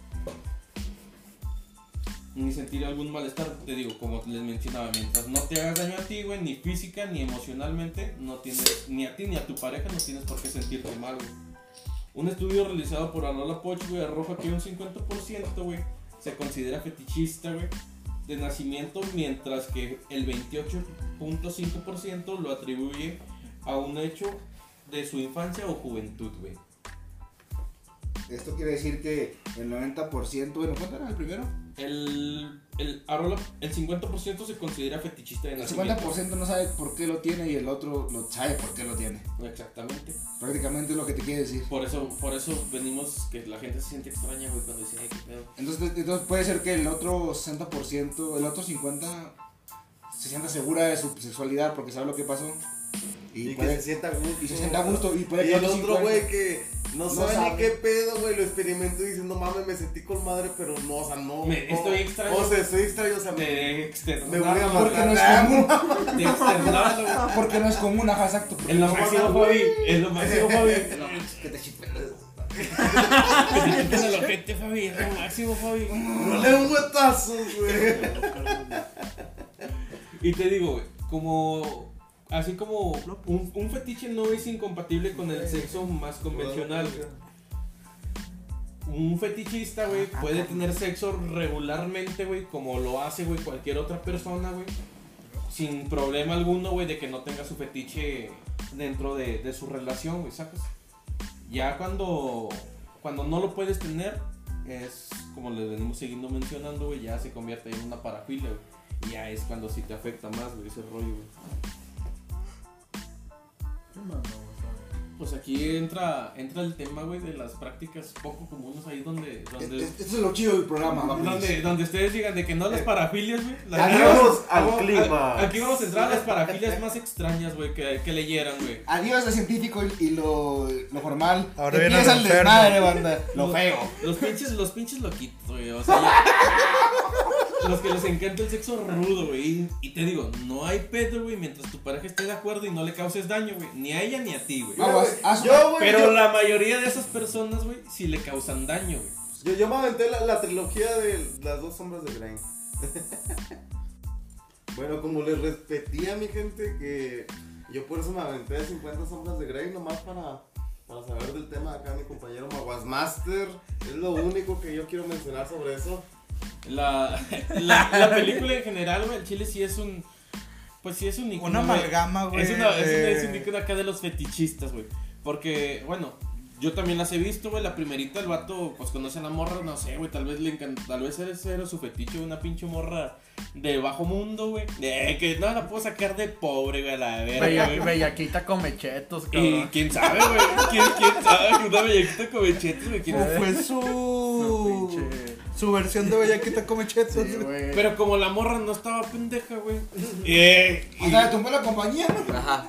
Ni sentir algún malestar, te digo, como les mencionaba, mientras no te hagas daño a ti, güey, ni física ni emocionalmente, no tienes, ni a ti ni a tu pareja, no tienes por qué sentirte mal, güey. Un estudio realizado por Alola Poch, güey, arroja que un cincuenta por ciento, güey, se considera fetichista, güey, de nacimiento, mientras que el veintiocho punto cinco por ciento lo atribuye a un hecho de su infancia o juventud, güey. Esto quiere decir que el noventa por ciento, bueno, ¿cuánto era el primero? El, el, Arola, el cincuenta por ciento se considera fetichista de El nacimiento. cincuenta por ciento no sabe por qué lo tiene y el otro lo sabe por qué lo tiene. Exactamente. Prácticamente es lo que te quiere decir. Por eso, por eso venimos que la gente se siente extraña, güey, cuando dice, ay, qué pedo. Entonces, entonces puede ser que el otro sesenta por ciento, el otro cincuenta por ciento se sienta segura de su sexualidad porque sabe lo que pasó. Y, Y puede- que se sienta a gusto. y se sienta a gusto. Y, puede Y que el otro cincuenta güey que no, No sabe, sabe. ni qué pedo, güey, lo experimento y dice, no mames, me sentí con madre, pero no, o sea, no. Me- no. estoy extraño. O sea, estoy extraño, o sea, me, De externar. me voy a porque no es matar. común. De externarlo, güey. Porque no es común, ajá, exacto. porque Es lo no es máximo, común. Fabi. Es lo máximo, Fabi. Que te chipen. Que te quiten el ojete, Fabi. Es lo máximo, Fabi. No le un huetazos, güey. Y te digo, güey, como. Así como un, un fetiche no es incompatible con el sexo más convencional, güey. Un fetichista, güey, puede tener sexo regularmente, güey, como lo hace, güey, cualquier otra persona, güey. Sin problema alguno, güey, de que no tenga su fetiche dentro de, de su relación, güey, ¿sacas? Ya cuando, cuando no lo puedes tener, es como le venimos siguiendo mencionando, güey, ya se convierte en una parafilia, güey. Y ya es cuando sí te afecta más, güey, ese rollo, güey. ¿Qué más me gusta, güey? Pues aquí entra, entra el tema, güey, de las prácticas poco comunes ahí donde... donde Esto es lo chido del programa, papi. Donde, donde ustedes digan de que no las parafilias, güey. las- Adiós al vamos- clima. a- Aquí vamos a entrar a las parafilias más extrañas, güey, que, que leyeran, güey. Adiós lo científico y, y lo, lo formal. Ahora viene Empieza lo el enfermo. desmadre, banda. Lo Los- feo. Los pinches, los pinches loquitos, güey. O sea, ya- los que les encanta el sexo rudo, güey. Y, y te digo, no hay pedo, güey, mientras tu pareja esté de acuerdo y no le causes daño, güey. Ni a ella ni a ti, güey. Vamos, haz- Yo, güey, Pero yo, la mayoría de esas personas, güey, sí le causan daño, güey. yo, yo me aventé la, la trilogía de las dos sombras de Grey. Bueno, como les repetía a mi gente que Yo por eso me aventé cincuenta sombras de Grey nomás para, para saber del tema de acá, mi compañero Maguasmaster. Es lo único que yo quiero mencionar sobre eso. La, la, la película en general, güey, el chile sí es un. Pues sí es un icono. Una amalgama, güey. Es, una, es, de- un, es un icono acá de los fetichistas, güey. Porque, bueno, yo también las he visto, güey. La primerita, el vato, pues conoce a la morra, no sé, güey. Tal vez le encanta. Tal vez ese era su fetiche, una pinche morra de bajo mundo, güey. Eh, que no la puedo sacar de pobre, güey, a la verga, Bella- güey. Bellaquita come chetos, Y cabrón. quién sabe, güey. ¿Quién, quién sabe que una bellaquita con chetos, güey. ¿Quién Como sabe? fue su. Su pinche- Su versión de Bellaquita come chetos. Sí, güey. Pero como la morra no estaba pendeja, güey. Eh, O sea, le tumbó la compañía, ¿no? Ajá.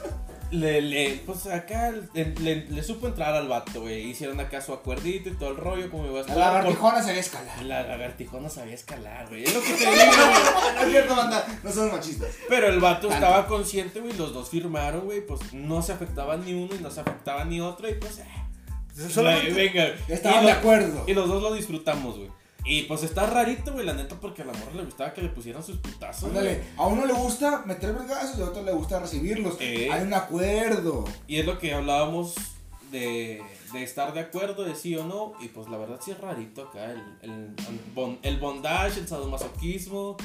Le, le, pues acá le, le, le supo entrar al vato, güey. Hicieron acá su acuerdito y todo el rollo, como iba a La estar. lagartijona se ve escalar. La lagartijona sabía escalar, güey. Es lo que te digo, güey. No es cierto, banda, no somos machistas. Pero el vato Tanto. estaba consciente, güey. Los dos firmaron, güey. Pues no se afectaba ni uno y no se afectaba ni otro. Y pues, eh. Solamente- la- venga. Estaban Y de lo- acuerdo. Y los dos lo disfrutamos, güey. Y pues está rarito, güey, la neta, porque a la morra le gustaba que le pusieran sus putazos, güey. Ándale, a uno le gusta meter vergazos y a otro le gusta recibirlos. Eh. Hay un acuerdo. Y es lo que hablábamos de, de estar de acuerdo, de sí o no. Y pues la verdad sí es rarito acá el, el, el, bon- el bondage, el sadomasoquismo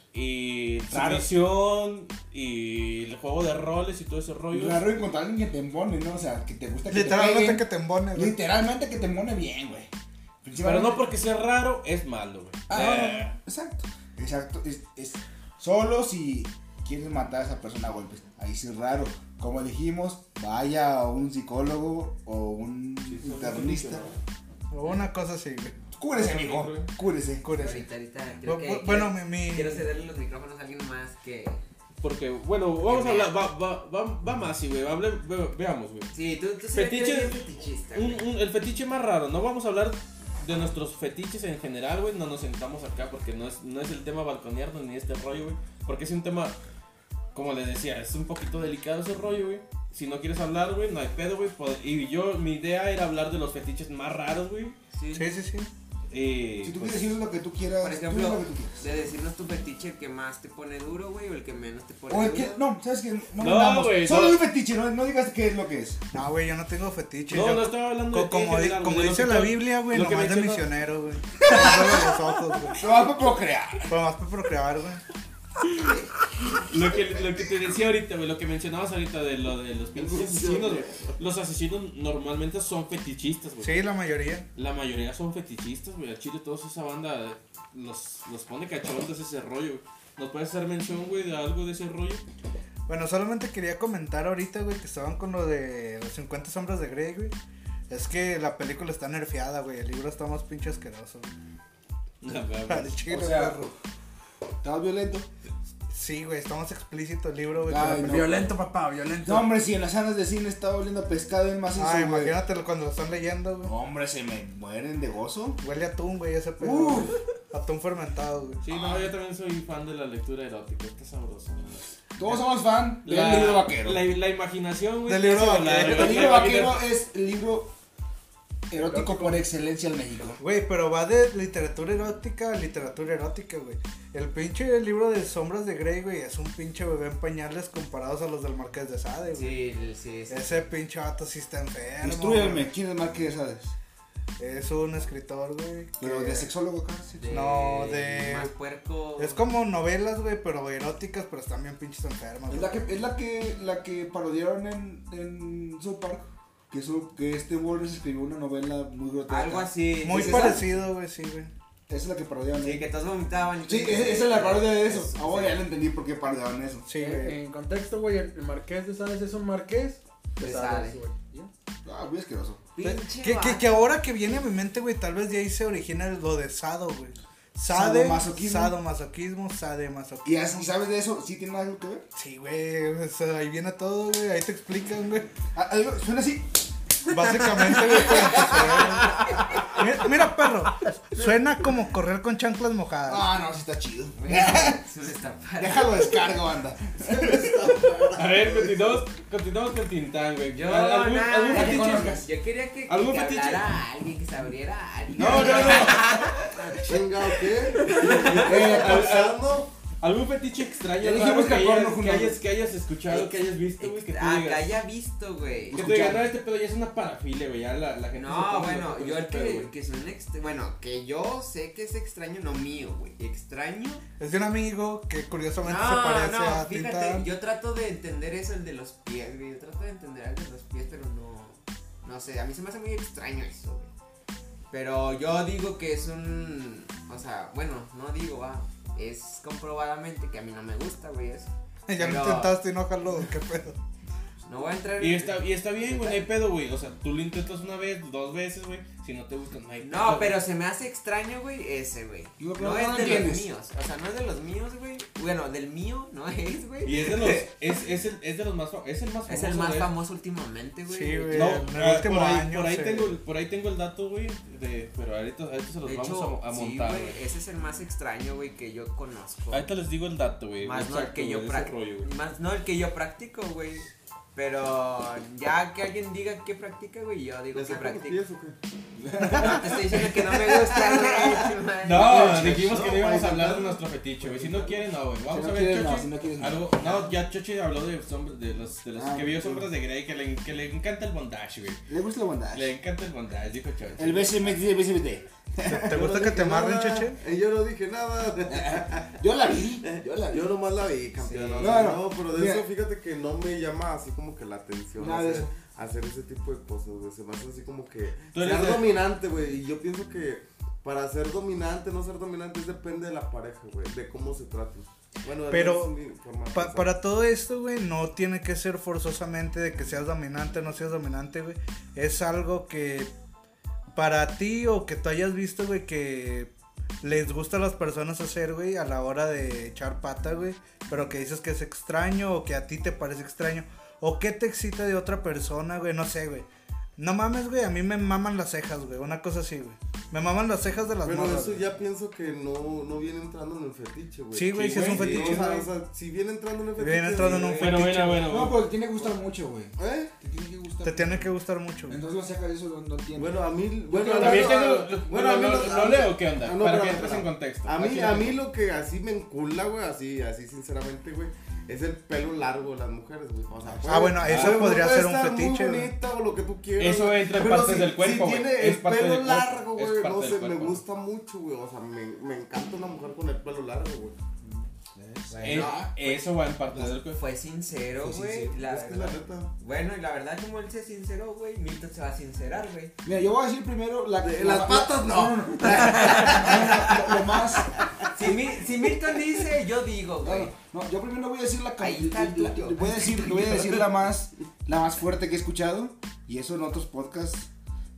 y Raro. sumisión y el juego de roles y todo ese rollo. Raro encontrar a alguien que te embone, ¿no? O sea, que te gusta que Literalmente te que peguen. te embone, güey. Literalmente que te embone bien, güey. Pero Principalmente- no porque sea raro, es malo, güey. Ah, Eh, exacto. Exacto. Es, es solo si quieres matar a esa persona a golpes. Ahí sí es raro. Como dijimos, vaya a un psicólogo o un internista. O una cosa así, güey. Cúrese, amigo. Cúrese. Cúrese. Ahorita, ahorita. Creo Bu- que, bu- bueno, quiero, mi- mi- quiero cederle los micrófonos a alguien más que. Porque, bueno, vamos a hablar, va, va, va, va más, sí, güey. hable- ve- Veamos, güey. Sí, tú, tú Fetiche- serías fetichista. Un- güey. un- el fetiche más raro, no vamos a hablar de nuestros fetiches en general, güey, no nos sentamos acá porque no es, no es el tema balconearnos ni este rollo, güey, porque es un tema, como les decía, es un poquito delicado ese rollo, güey. Si no quieres hablar, güey, no hay pedo, güey. pod- Y yo, mi idea era hablar de los fetiches más raros, güey. Sí. Sí, sí, sí. Y, Si tú pues, quieres decir lo que tú quieras, Por tú ejemplo, di lo que tú quieras. de decirnos tu fetiche, el que más te pone duro, güey, o el que menos te pone O el duro. que, no, ¿sabes qué? No, No, digamos. güey, Solo no. un fetiche, no, no digas qué es lo que es. No, güey, yo no tengo fetiche. no, yo- no estaba hablando co- de ti en como, di- general, como güey, de lo dice que la tú- Biblia, güey, lo que nomás de mencionas- misionero, güey. Abre los ojos, güey. Lo vas a procrear. Pero más para procrear, güey. Lo que, lo que te decía ahorita, güey, lo que mencionabas ahorita de lo de los pinches asesinos, güey. Los asesinos normalmente son fetichistas, güey. Sí, la mayoría. La mayoría son fetichistas, güey. Al chile, toda esa banda los, los pone cachondos ese rollo, güey. ¿Nos puedes hacer mención, güey, de algo de ese rollo? Bueno, solamente quería comentar ahorita, güey, que estaban con lo de los cincuenta sombras de Grey, güey. Es que la película está nerfeada, güey. El libro está más pinche asqueroso, güey. No, güey. Al chile, O sea, perro. ¿Estabas violento? Sí, güey, está más explícito el libro, güey. que Ay, la no. película. Violento, papá, violento. No, hombre, si en las salas de cine está oliendo a pescado y macizo, Ay, güey. imagínatelo cuando lo están leyendo, güey. Hombre, se me mueren de gozo. Huele a atún, güey, ese pedo. Uf. güey. Atún fermentado, güey. Sí, no, yo también soy fan de la lectura erótica. Está sabroso. Todos somos fan del La- libro vaquero. La, la imaginación, güey. Del te libro hace volar, vaquero. güey. El libro La vaquero imagina- es el libro erótico por excelencia en México. Güey, pero va de literatura erótica a literatura erótica, güey. El pinche libro de Sombras de Grey, güey, es un pinche bebé en pañales comparados a los del Marqués de Sade, güey. Sí, sí, sí. Ese pinche vato sí está enfermo. Instrúyeme, ¿quién es Marqués de Sades? güey. Es un escritor, güey. Pero que- de sexólogo acá. sí. De- No, de- Más puerco. Es como novelas, güey, pero eróticas, pero están bien pinches enfermas. Es güey. la que, es la que, la que parodiaron en, en South Park. Que, su, que este Wallace escribió una novela muy grotesca. Algo así. Muy ¿es esa? parecido, güey, sí, güey. Esa es la que parodiaron. Sí, que todos vomitaban. Sí, esa, esa es la parodia de eso. Eso, Ahora sí. ya lo entendí por qué parodiaron eso. Sí, En, güey. en contexto, güey, el, el marqués de Sades es un marqués de De Sades, Sades. güey. ¿Ya? Ah, muy asqueroso. Pinche Que, que, vato. que ahora que viene a mi mente, güey, tal vez de ahí se origina lo de Sado, güey. Sade, Sadomasoquismo. sadomasoquismo, sadomasoquismo. ¿Y, as- y sabes de eso? ¿Sí tiene algo que ver? Sí, güey, o sea, ahí viene todo, güey, ahí te explican, güey. Ah, algo- suena así. Básicamente, güey, para que se- mira, mira, perro, suena como correr con chanclas mojadas. Ah, no, sí está chido. Se me está parando. Déjalo descargo, anda. A ver, continuamos, continuamos con Tintán, güey. Yo, ¿Algún, nada, algún ya que fetiche? conozcas. Yo quería que, ¿Algún que fetiche? hablara a alguien, que se abriera a alguien. No, no, no. Chingado, ¿qué? Eh, ¿Qué está pasando? algún fetiche extraño, Ya raro dijimos que, que hayas, porno, que, Juno. hayas, que hayas escuchado, que hayas visto, güey, que tú Ah, que digas. haya visto, güey. Que te digan, no, este pedo ya es una parafilia, güey, ya la, la gente se No, pone bueno, loca con yo ese el pedo, que, güey. que son ext- bueno, que yo sé que es extraño, no mío, güey. Extraño. Es de un amigo que curiosamente No, se parece no, a fíjate, Tintán. yo trato de entender eso, el de los pies, güey. Yo trato de entender el de los pies, pero no, no sé, a mí se me hace muy extraño eso, güey. Pero yo digo que es un, o sea, bueno, no digo, va, es comprobadamente que a mí no me gusta, güey, eso. Ya lo Pero- intentaste y no jaló, qué pedo. No voy a entrar Y en- está, y está bien, güey, no hay pedo, güey. O sea, tú lo intentas una vez, dos veces, güey. Si no te gusta, no hay pedo. No, pero se me hace extraño, güey, ese, güey. Yo creo No que es no de los entiendes. míos, o sea, no es de los míos, güey. Bueno, del mío no es, güey. Y es de los, es, es, el, es de los más, fa- es el más famoso. Es el más de- famoso últimamente, güey. Sí, güey. No, en el ah, último por ahí, año por ahí se- tengo, el- por ahí tengo el dato, güey, de, pero ahorita, ahorita se los De vamos hecho, a, a sí, montar, güey, güey. ese es el más extraño, güey, que yo conozco. Ahorita les digo el dato, güey. Más no el exacto, que yo güey, ese practico. rollo, güey. Más no el que yo practico, güey. Pero ya que alguien diga que practica, güey, yo digo ¿Le que saco los practico. pies o qué? No, te estoy diciendo que no me gusta, güey. No, dijimos que no No, íbamos a ahí hablar está. de nuestro fetiche, güey. Si no quieren, no, güey. Vamos Si no a ver, quieres, no, Chochi. si no quieres, no. Algo, no, ya Chochi habló de, sombras- de los, de los Ah, que vio ok. sombras de Grey, que le, que le encanta el bondage, güey. Le gusta la bondage. Le encanta el bondage, dijo Chochi. El B C M T, B C M T. ¿Te Yo gusta no que dije te amarren, nada, Cheche? eh, Yo no dije nada. Yo la vi. Yo la vi. Yo nomás la vi, campeón. Sí. o No, sea, no, no, pero de mira. eso fíjate que no me llama así como que la atención. Nada de hacer, eso. hacer ese tipo de cosas, güey. Se me hace así como que Tú eres ser de- dominante, güey. Y yo pienso que para ser dominante, no ser dominante, es depende de la pareja, güey. De cómo se traten. Bueno, Pero, esa es mi forma de Pa- pensar. para todo esto, güey, no tiene que ser forzosamente de que seas dominante o no seas dominante, güey. Es algo que para ti o que tú hayas visto, güey, que les gusta a las personas hacer, güey, a la hora de echar pata, güey. Pero que dices que es extraño o que a ti te parece extraño. O que te excita de otra persona, güey, no sé, güey. No mames, güey, a mí me maman las cejas, güey, una cosa así, güey. Me maman las cejas de las Pero morras, eso güey. ya pienso que no, no viene entrando en el fetiche, güey. Sí, güey, sí es un güey, fetiche, o sea, güey. o sea, si viene entrando en el fetiche. Viene entrando en un sí, Pero fetiche, bueno, güey. bueno. No, porque te tiene que gustar mucho, güey. ¿Eh? Te tiene que gustar. Te tiene que gustar mucho, güey. Entonces lo sacas de eso, no, no entiendo. Bueno, a mí. Bueno, a También mí- tengo. a- Bueno, bueno, a mí no, lo- no leo qué onda. Ah, no, para que espérame, entres en espérame. contexto. A mí, Aquí a lo- mí lo que así me encula, güey, así, así sinceramente, güey, es el pelo largo de las mujeres, güey. O sea, Ah, bueno, eso ah, podría puede ser un estar fetiche, muy güey. bonita o lo que tú quieras. Eso güey, entra en pero partes si- del cuerpo, Si güey. tiene Es el parte pelo del cuerpo, largo, es güey, parte no del sé, me cuerpo. gusta mucho, güey. O sea, me, me encanta una mujer con el pelo largo, güey. Eh, eso va en parte del cuerpo. Fue sincero, Fue güey. sincero. La Es que la verdad. neta. Bueno, y la verdad, como él se sinceró, güey, Milton se va a sincerar, güey. Mira, yo voy a decir primero la De la- las patas, la- no. no, no. Lo, lo más. Si, Mi- si Milton dice, yo digo, No, güey. no, yo primero voy a decir la ca- Ahí está el la- tuyo. voy a decir, voy a decir la más la más fuerte que he escuchado y eso en otros podcasts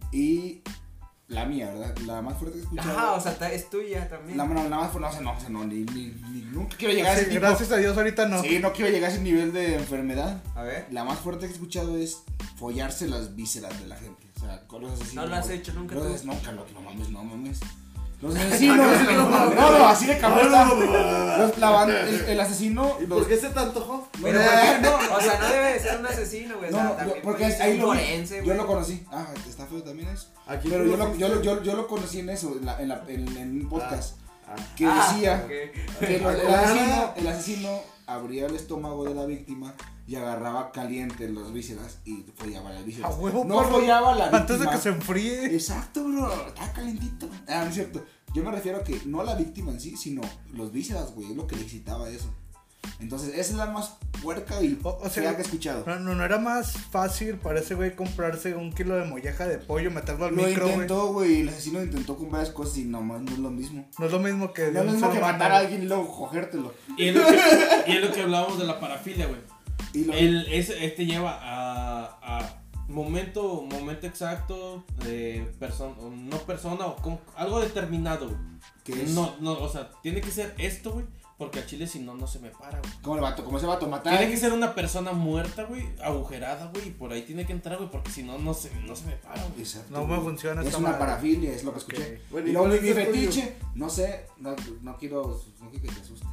y la mía, ¿verdad? La más fuerte que he escuchado. Ajá, o sea, ta- es tuya también. la, no, la más fuerte, no, o sea, no, o sea, no, ni, ni, ni- nunca quiero llegar a Sí, ese tipo. gracias a Dios ahorita no. Sí, no quiero llegar a ese nivel de enfermedad. A ver. La más fuerte que he escuchado es follarse las vísceras de la gente. O sea, cosas así. No lo has hecho nunca Los tú. as- Nunca, lo, no mames, no mames. Los asesinos. no, no, así de cabrón. Los- la banda- el, el asesino. ¿Y los- por qué se te antojó? Pero, ¿por qué no? O sea, no debe de ser un asesino, güey. O No, sea, no, también yo- porque puede ser ahí un lo vi. forense, Yo güey. lo conocí. Ah, está feo también eso. Aquí Pero yo lo, conociste- yo, lo- yo, yo lo conocí en eso, en, la, en, la, en, en un podcast. Ah, Que Ah, decía ok. que lo- el, Ah. asesino, el asesino abría el estómago de la víctima y agarraba caliente los vísceras y follaba las vísceras. A huevo, no perro. follaba la víctima. Antes de que se enfríe. Exacto, bro. Está calentito. Ah, no es cierto. Yo me refiero a que no a la víctima en sí, sino los vísceras, güey. Es lo que le excitaba eso. Entonces, esa es la más puerca y O- o sea, fea que he escuchado. No, no, no era más fácil para ese güey comprarse un kilo de molleja de pollo, meterlo al Lo micro, güey. intentó, güey. El asesino intentó con varias cosas y nomás no es lo mismo. No es lo mismo que. de No es lo un mismo ser que humano, matar a güey. alguien y luego cogértelo. Y es lo que, y es lo que hablábamos de la parafilia, güey. Y lo, El, ese, este lleva a, a momento, momento exacto, de persona, no persona, o como, algo determinado, güey. que es No, no, o sea, tiene que ser esto, güey, porque al chile si no, no se me para, güey. como el vato, como ese vato matar. Tiene que ser una persona muerta, güey, agujerada, güey, y por ahí tiene que entrar, güey, porque si no, no se, no se me para, güey. Exacto, No me güey. funciona Es esta una madre. parafilia, es lo que escuché. Ok. Bueno, y ¿y luego cuál mi es el tuyo? fetiche, no sé, no, no quiero, no quiero que te asustes.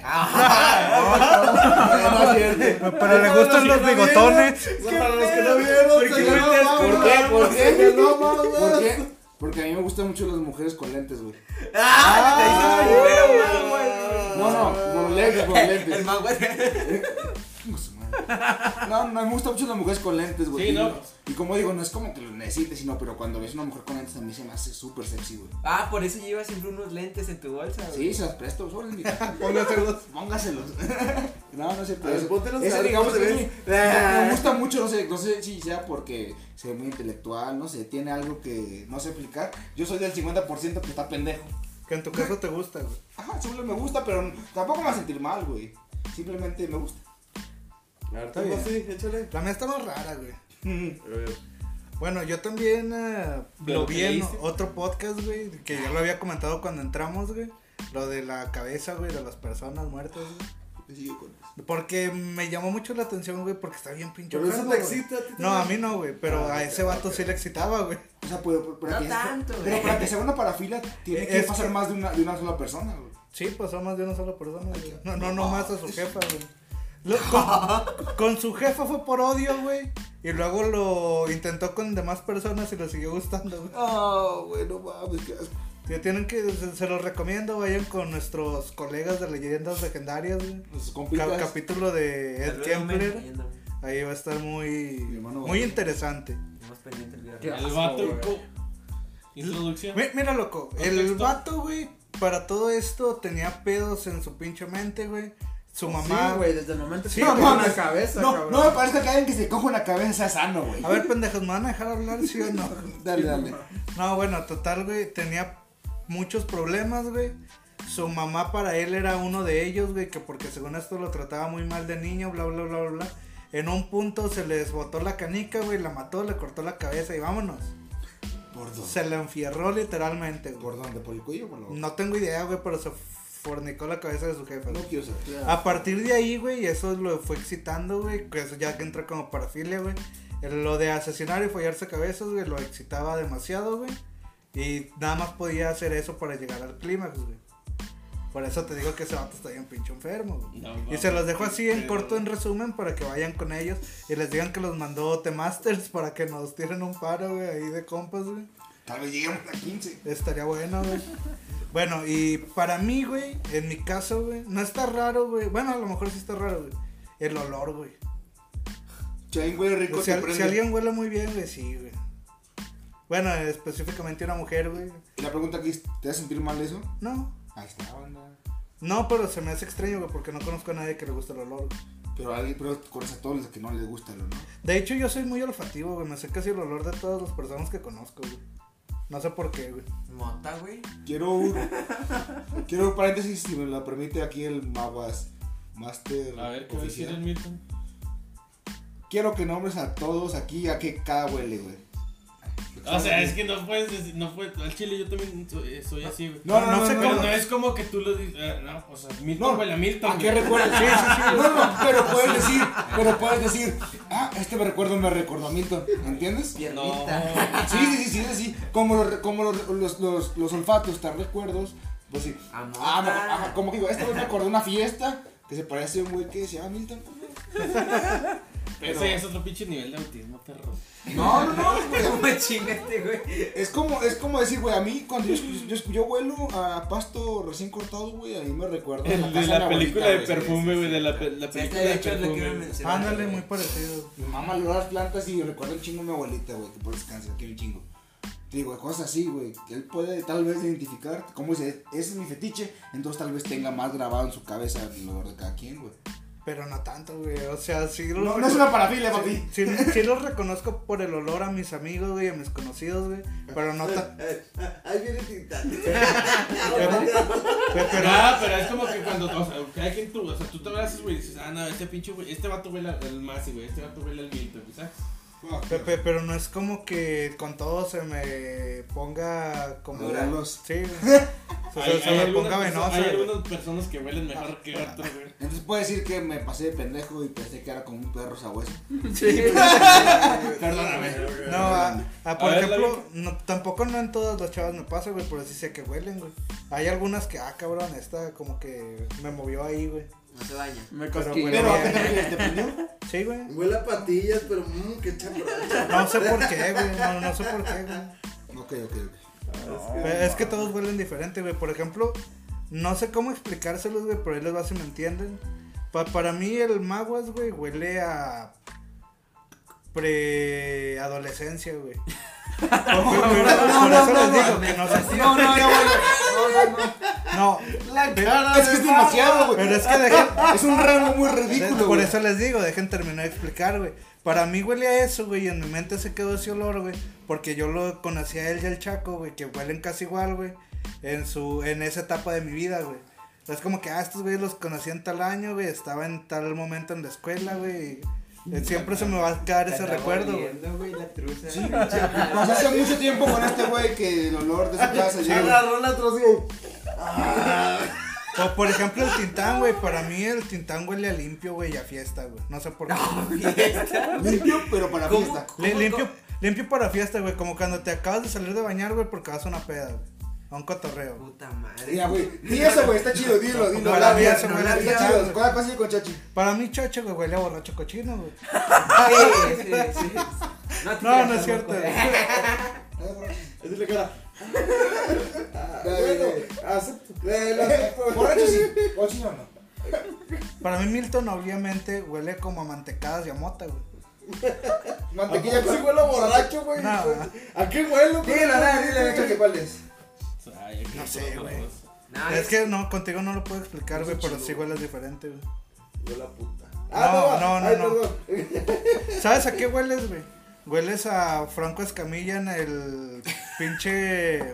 Ah, Pero le gustan los bigotones. O sea, para los que no vieron, ¿Por qué se no llama- te- ¿Por qué? ¿Por qué? Se llama- ¿Por qué? Porque a mí me gustan mucho las mujeres con lentes, güey. Ah, te hizo la mujer, güey. No, no, por los lentes, por los lentes. El más güey. No, no, me gusta mucho las mujeres con lentes, güey. Sí, Y- no. Y como digo, no es como que lo necesites, sino, pero cuando ves una mujer con lentes a mí se me hace súper sexy, güey. Ah, por eso llevas siempre unos lentes en tu bolsa, güey. Sí, se las presto, sobre mi casa. Póngaselos. Póngaselos. No, no sé, A pero ver, eso- póntelos, a ese ver digamos cómo se que ven. me, me gusta mucho, no sé, no sé si sea porque se ve muy intelectual, no sé, tiene algo que no sé explicar. Yo soy del cincuenta por ciento que está pendejo. Que en tu caso te gusta, güey. Ajá, solo me gusta, pero tampoco me va a sentir mal, güey. Simplemente me gusta. A ver, Está tú, bien. sí, échale. La mía está más rara, güey. A ver. Bueno, yo también eh, ¿De lo lo que vi en leíste? otro podcast, güey, que ya lo había comentado cuando entramos, güey. Lo de la cabeza, güey, de las personas muertas, güey. Sigue con eso. Porque me llamó mucho la atención, güey, porque está bien pinche Pero eso enfermo, te güey. excita a ti No, a también. mí no, güey, pero Ah, a ok, ese vato ok. sí le excitaba, güey. O sea, pues, para No que tanto, pero güey. para que sea una parafila tiene que Es pasar que- más de una, de una sola persona, güey. Sí, pasó más de una sola persona, güey. No, no, no más a su jefa, güey. Lo- con, con su jefa fue por odio, güey. Y luego lo intentó con demás personas y le siguió gustando, güey. Oh, güey, no mames, qué asco. Sí, tienen que, se, se los recomiendo, vayan con nuestros colegas de leyendas legendarias, güey. Nuestros Ca- compitas. capítulo de Ed Saludos, Kemper. men. Ahí va a estar muy, Mi hermano muy va. interesante. Estamos pendientes el viernes. Qué El asco, vato. güey. co- Introducción. Mi- Mira, loco, el Contexto. vato, güey, para todo esto tenía pedos en su pinche mente, güey. Su mamá. Sí, güey, desde el momento que Sí, se no coge una mames. cabeza, No, cabrón. no me parece que alguien que se coja una cabeza sea sano, güey. A ver, pendejos, ¿me van a dejar hablar, sí o no? Dale, dale. No, bueno, total, güey, tenía muchos problemas, güey. Su mamá para él era uno de ellos, güey, que porque según esto lo trataba muy mal de niño, bla, bla, bla, bla, bla. En un punto se les botó la canica, güey, la mató, le cortó la cabeza y vámonos. ¿Por dónde? Se la enfierró literalmente, güey. ¿Por dónde? ¿Por el cuello o por la boca? No tengo idea, güey, pero se fornicó la cabeza de su jefa. No güey. quiero saber. A partir de ahí, güey, eso lo fue excitando, güey, que eso ya que entra como parafilia, güey. El- Lo de asesinar y follarse cabezas, güey, lo excitaba demasiado, güey. Y nada más podía hacer eso para llegar al clímax, güey. Por eso te digo que ese vato está bien pinche enfermo, güey. No, Y mames, se los dejo así en qué corto, en pedo. resumen, para que vayan con ellos y les digan que los mandó T-Masters para que nos tiren un paro, güey, ahí de compas, güey. Tal vez lleguemos a quince. Estaría bueno, güey. Bueno, y para mí, güey, en mi caso, güey, no está raro, güey. Bueno, a lo mejor sí está raro, güey. El olor, güey. Chain, güey, rico, Si, te al- si prende. alguien huele muy bien, güey, sí, güey. Bueno, específicamente una mujer, güey. Y la pregunta aquí es, ¿te vas a sentir mal eso? No. Ahí está, banda. No, pero se me hace extraño, güey, porque no conozco a nadie que le guste el olor, güey. Pero alguien, pero conoces a todos los que no les gusta el olor. De hecho, yo soy muy olfativo, güey. Me sé casi el olor de todas las personas que conozco, güey. No sé por qué, güey. Mota, güey. Quiero un, quiero un paréntesis, si me lo permite aquí el Maguas Master A ver, ¿qué va a decir oficial. el Milton? Quiero que nombres a todos aquí a que cada huele, güey. O sea, es que no puedes decir, no puedes, al chile yo también soy, eh, soy así, güey. No, no, no, No sé no, Pero no, no es como que tú lo dices, eh, no, o sea, Milton No, huele a Milton, ¿a qué güey. recuerdas? Sí, sí, sí. No, no, pero puedes decir, pero puedes decir, ah, este me recuerdo, me recordó a Milton, ¿entiendes? No, Piernita. Sí, sí, sí, sí, es así. Como los, como los, los, los, los olfatos, te recuerdos, pues sí. Amor. Ah, me- ajá, como que digo, este güey me acordó de una fiesta que se parece a un güey que se llama Milton. Pero, ese es otro pinche nivel de autismo, perro. no, no, no, güey. ¿Cómo chinga este, güey? Es como, es como decir, güey, a mí cuando yo, yo, yo huelo a pasto recién cortado, güey, a mí me recuerda a El casa de mi la abuelita, película de güey. perfume, güey, de la, pe- la Sí, película de de hecho es lo que iba a perfume. mencionar. Ándale, güey. muy parecido. Mi mamá le da las plantas y recuerda un chingo a mi abuelita, güey, que por descanso, quiero un chingo. Te digo, cosas así, güey, que él puede tal vez identificar, como dice, ese es mi fetiche, entonces tal vez tenga más grabado en su cabeza el olor de cada quien, güey. Pero no tanto, güey. O sea, sí los No, reco- no es una parafilia, papi. Sí, sí, sí los reconozco por el olor a mis amigos, güey, a mis conocidos, güey. Pero no tan. Eh, eh, Ahí viene Tintán. Pero, pero- Ah, pero es como que cuando, o sea, cada quien tú, o sea, tú te abrazas, güey, y dices, ah, no, este pinche, güey, este vato huele al Masi, güey, este vato huele al Milton, ¿sabes? pe- pe- pero no es como que con todo se me ponga como. Olorarlos. Sí, güey. O sea, Hay, se hay me algunas ponga perso- venosa. hay güey. algunas personas que huelen mejor que otros, güey. Entonces puedo decir que me pasé de pendejo y pensé que era como un perro sabueso. Sí. Perdóname. No, a, a, por A ver, ejemplo, no, tampoco no en todas las chavas me pasa, güey, pero sí sé que huelen, güey. Hay algunas que, ah, cabrón, esta como que me movió ahí, güey. No se baña. Me Pero, cosquilleo. Pero ¿a qué te refieres? ¿Te prendió? Sí, güey. Huele a patillas, pero mmm, qué chambrocha. No sé por qué, güey. No, no sé por qué, güey. Ok, ok, ok. Pero es que todos huelen diferente, güey. Por ejemplo, No sé cómo explicárselos, güey, pero ahí les va si me entienden. Pa- para mí el Maguas, güey, huele a preadolescencia, güey. Por, por- por- por eso les digo que no sé. No, no, no, no, no, no. No, La cara Es que es demasiado, güey. pero es que dejen, Es un rango muy de- ridículo, por güey. eso les digo, dejen terminar de explicar, güey. Para mí huele a eso, güey, y en mi mente se quedó ese olor, güey, porque yo lo conocí a él y al Chaco, güey, que huelen casi igual, güey, en su, en esa etapa de mi vida, güey. Es como que, ah, estos güeyes los conocí en tal año, güey, estaba en tal momento en la escuela, güey. y, eh, Siempre se me va a quedar ese recuerdo, güey. güey. La truza. Sí, nos hace mucho tiempo con este güey que el olor de su casa llega. Agarró la trocilla. O por ejemplo el Tintán, güey, para mí el Tintán huele a limpio, güey, y a fiesta, güey. No sé por qué. Limpio, pero para ¿Cómo? fiesta. Li- limpio, limpio para fiesta, güey, como cuando te acabas de salir de bañar, güey, porque vas a una peda, güey. A un cotorreo. Puta madre. Mira, güey, di eso, güey, está chido, dilo, dilo. Para la mí vida, eso no, huele la a vida, Tintán, está chido. güey. ¿Cuál pasa con Chachi? Para mí, chocho, güey, huele a borracho cochino, güey. Sí, sí, sí. te No, creas, no es cierto. loco. Así le cara. Dale, Bueno, dale. acepto. Eh, lo acepto. Borracho sí, cochino no. Para mí, Milton, obviamente, huele como a mantecadas y a mota, güey. Mantequilla ¿A poco sí huele a borracho, güey? No. ¿A qué huele, güey? Dile, nada, dile, Chachi, ¿cuál es? Ay, No sé, güey. Nah, Es que no, contigo no lo puedo explicar, güey, pero sí hueles diferente, güey. Huele a puta. No, no, no, Ay, no. perdón. ¿Sabes a qué hueles, güey? Hueles a Franco Escamilla en el pinche...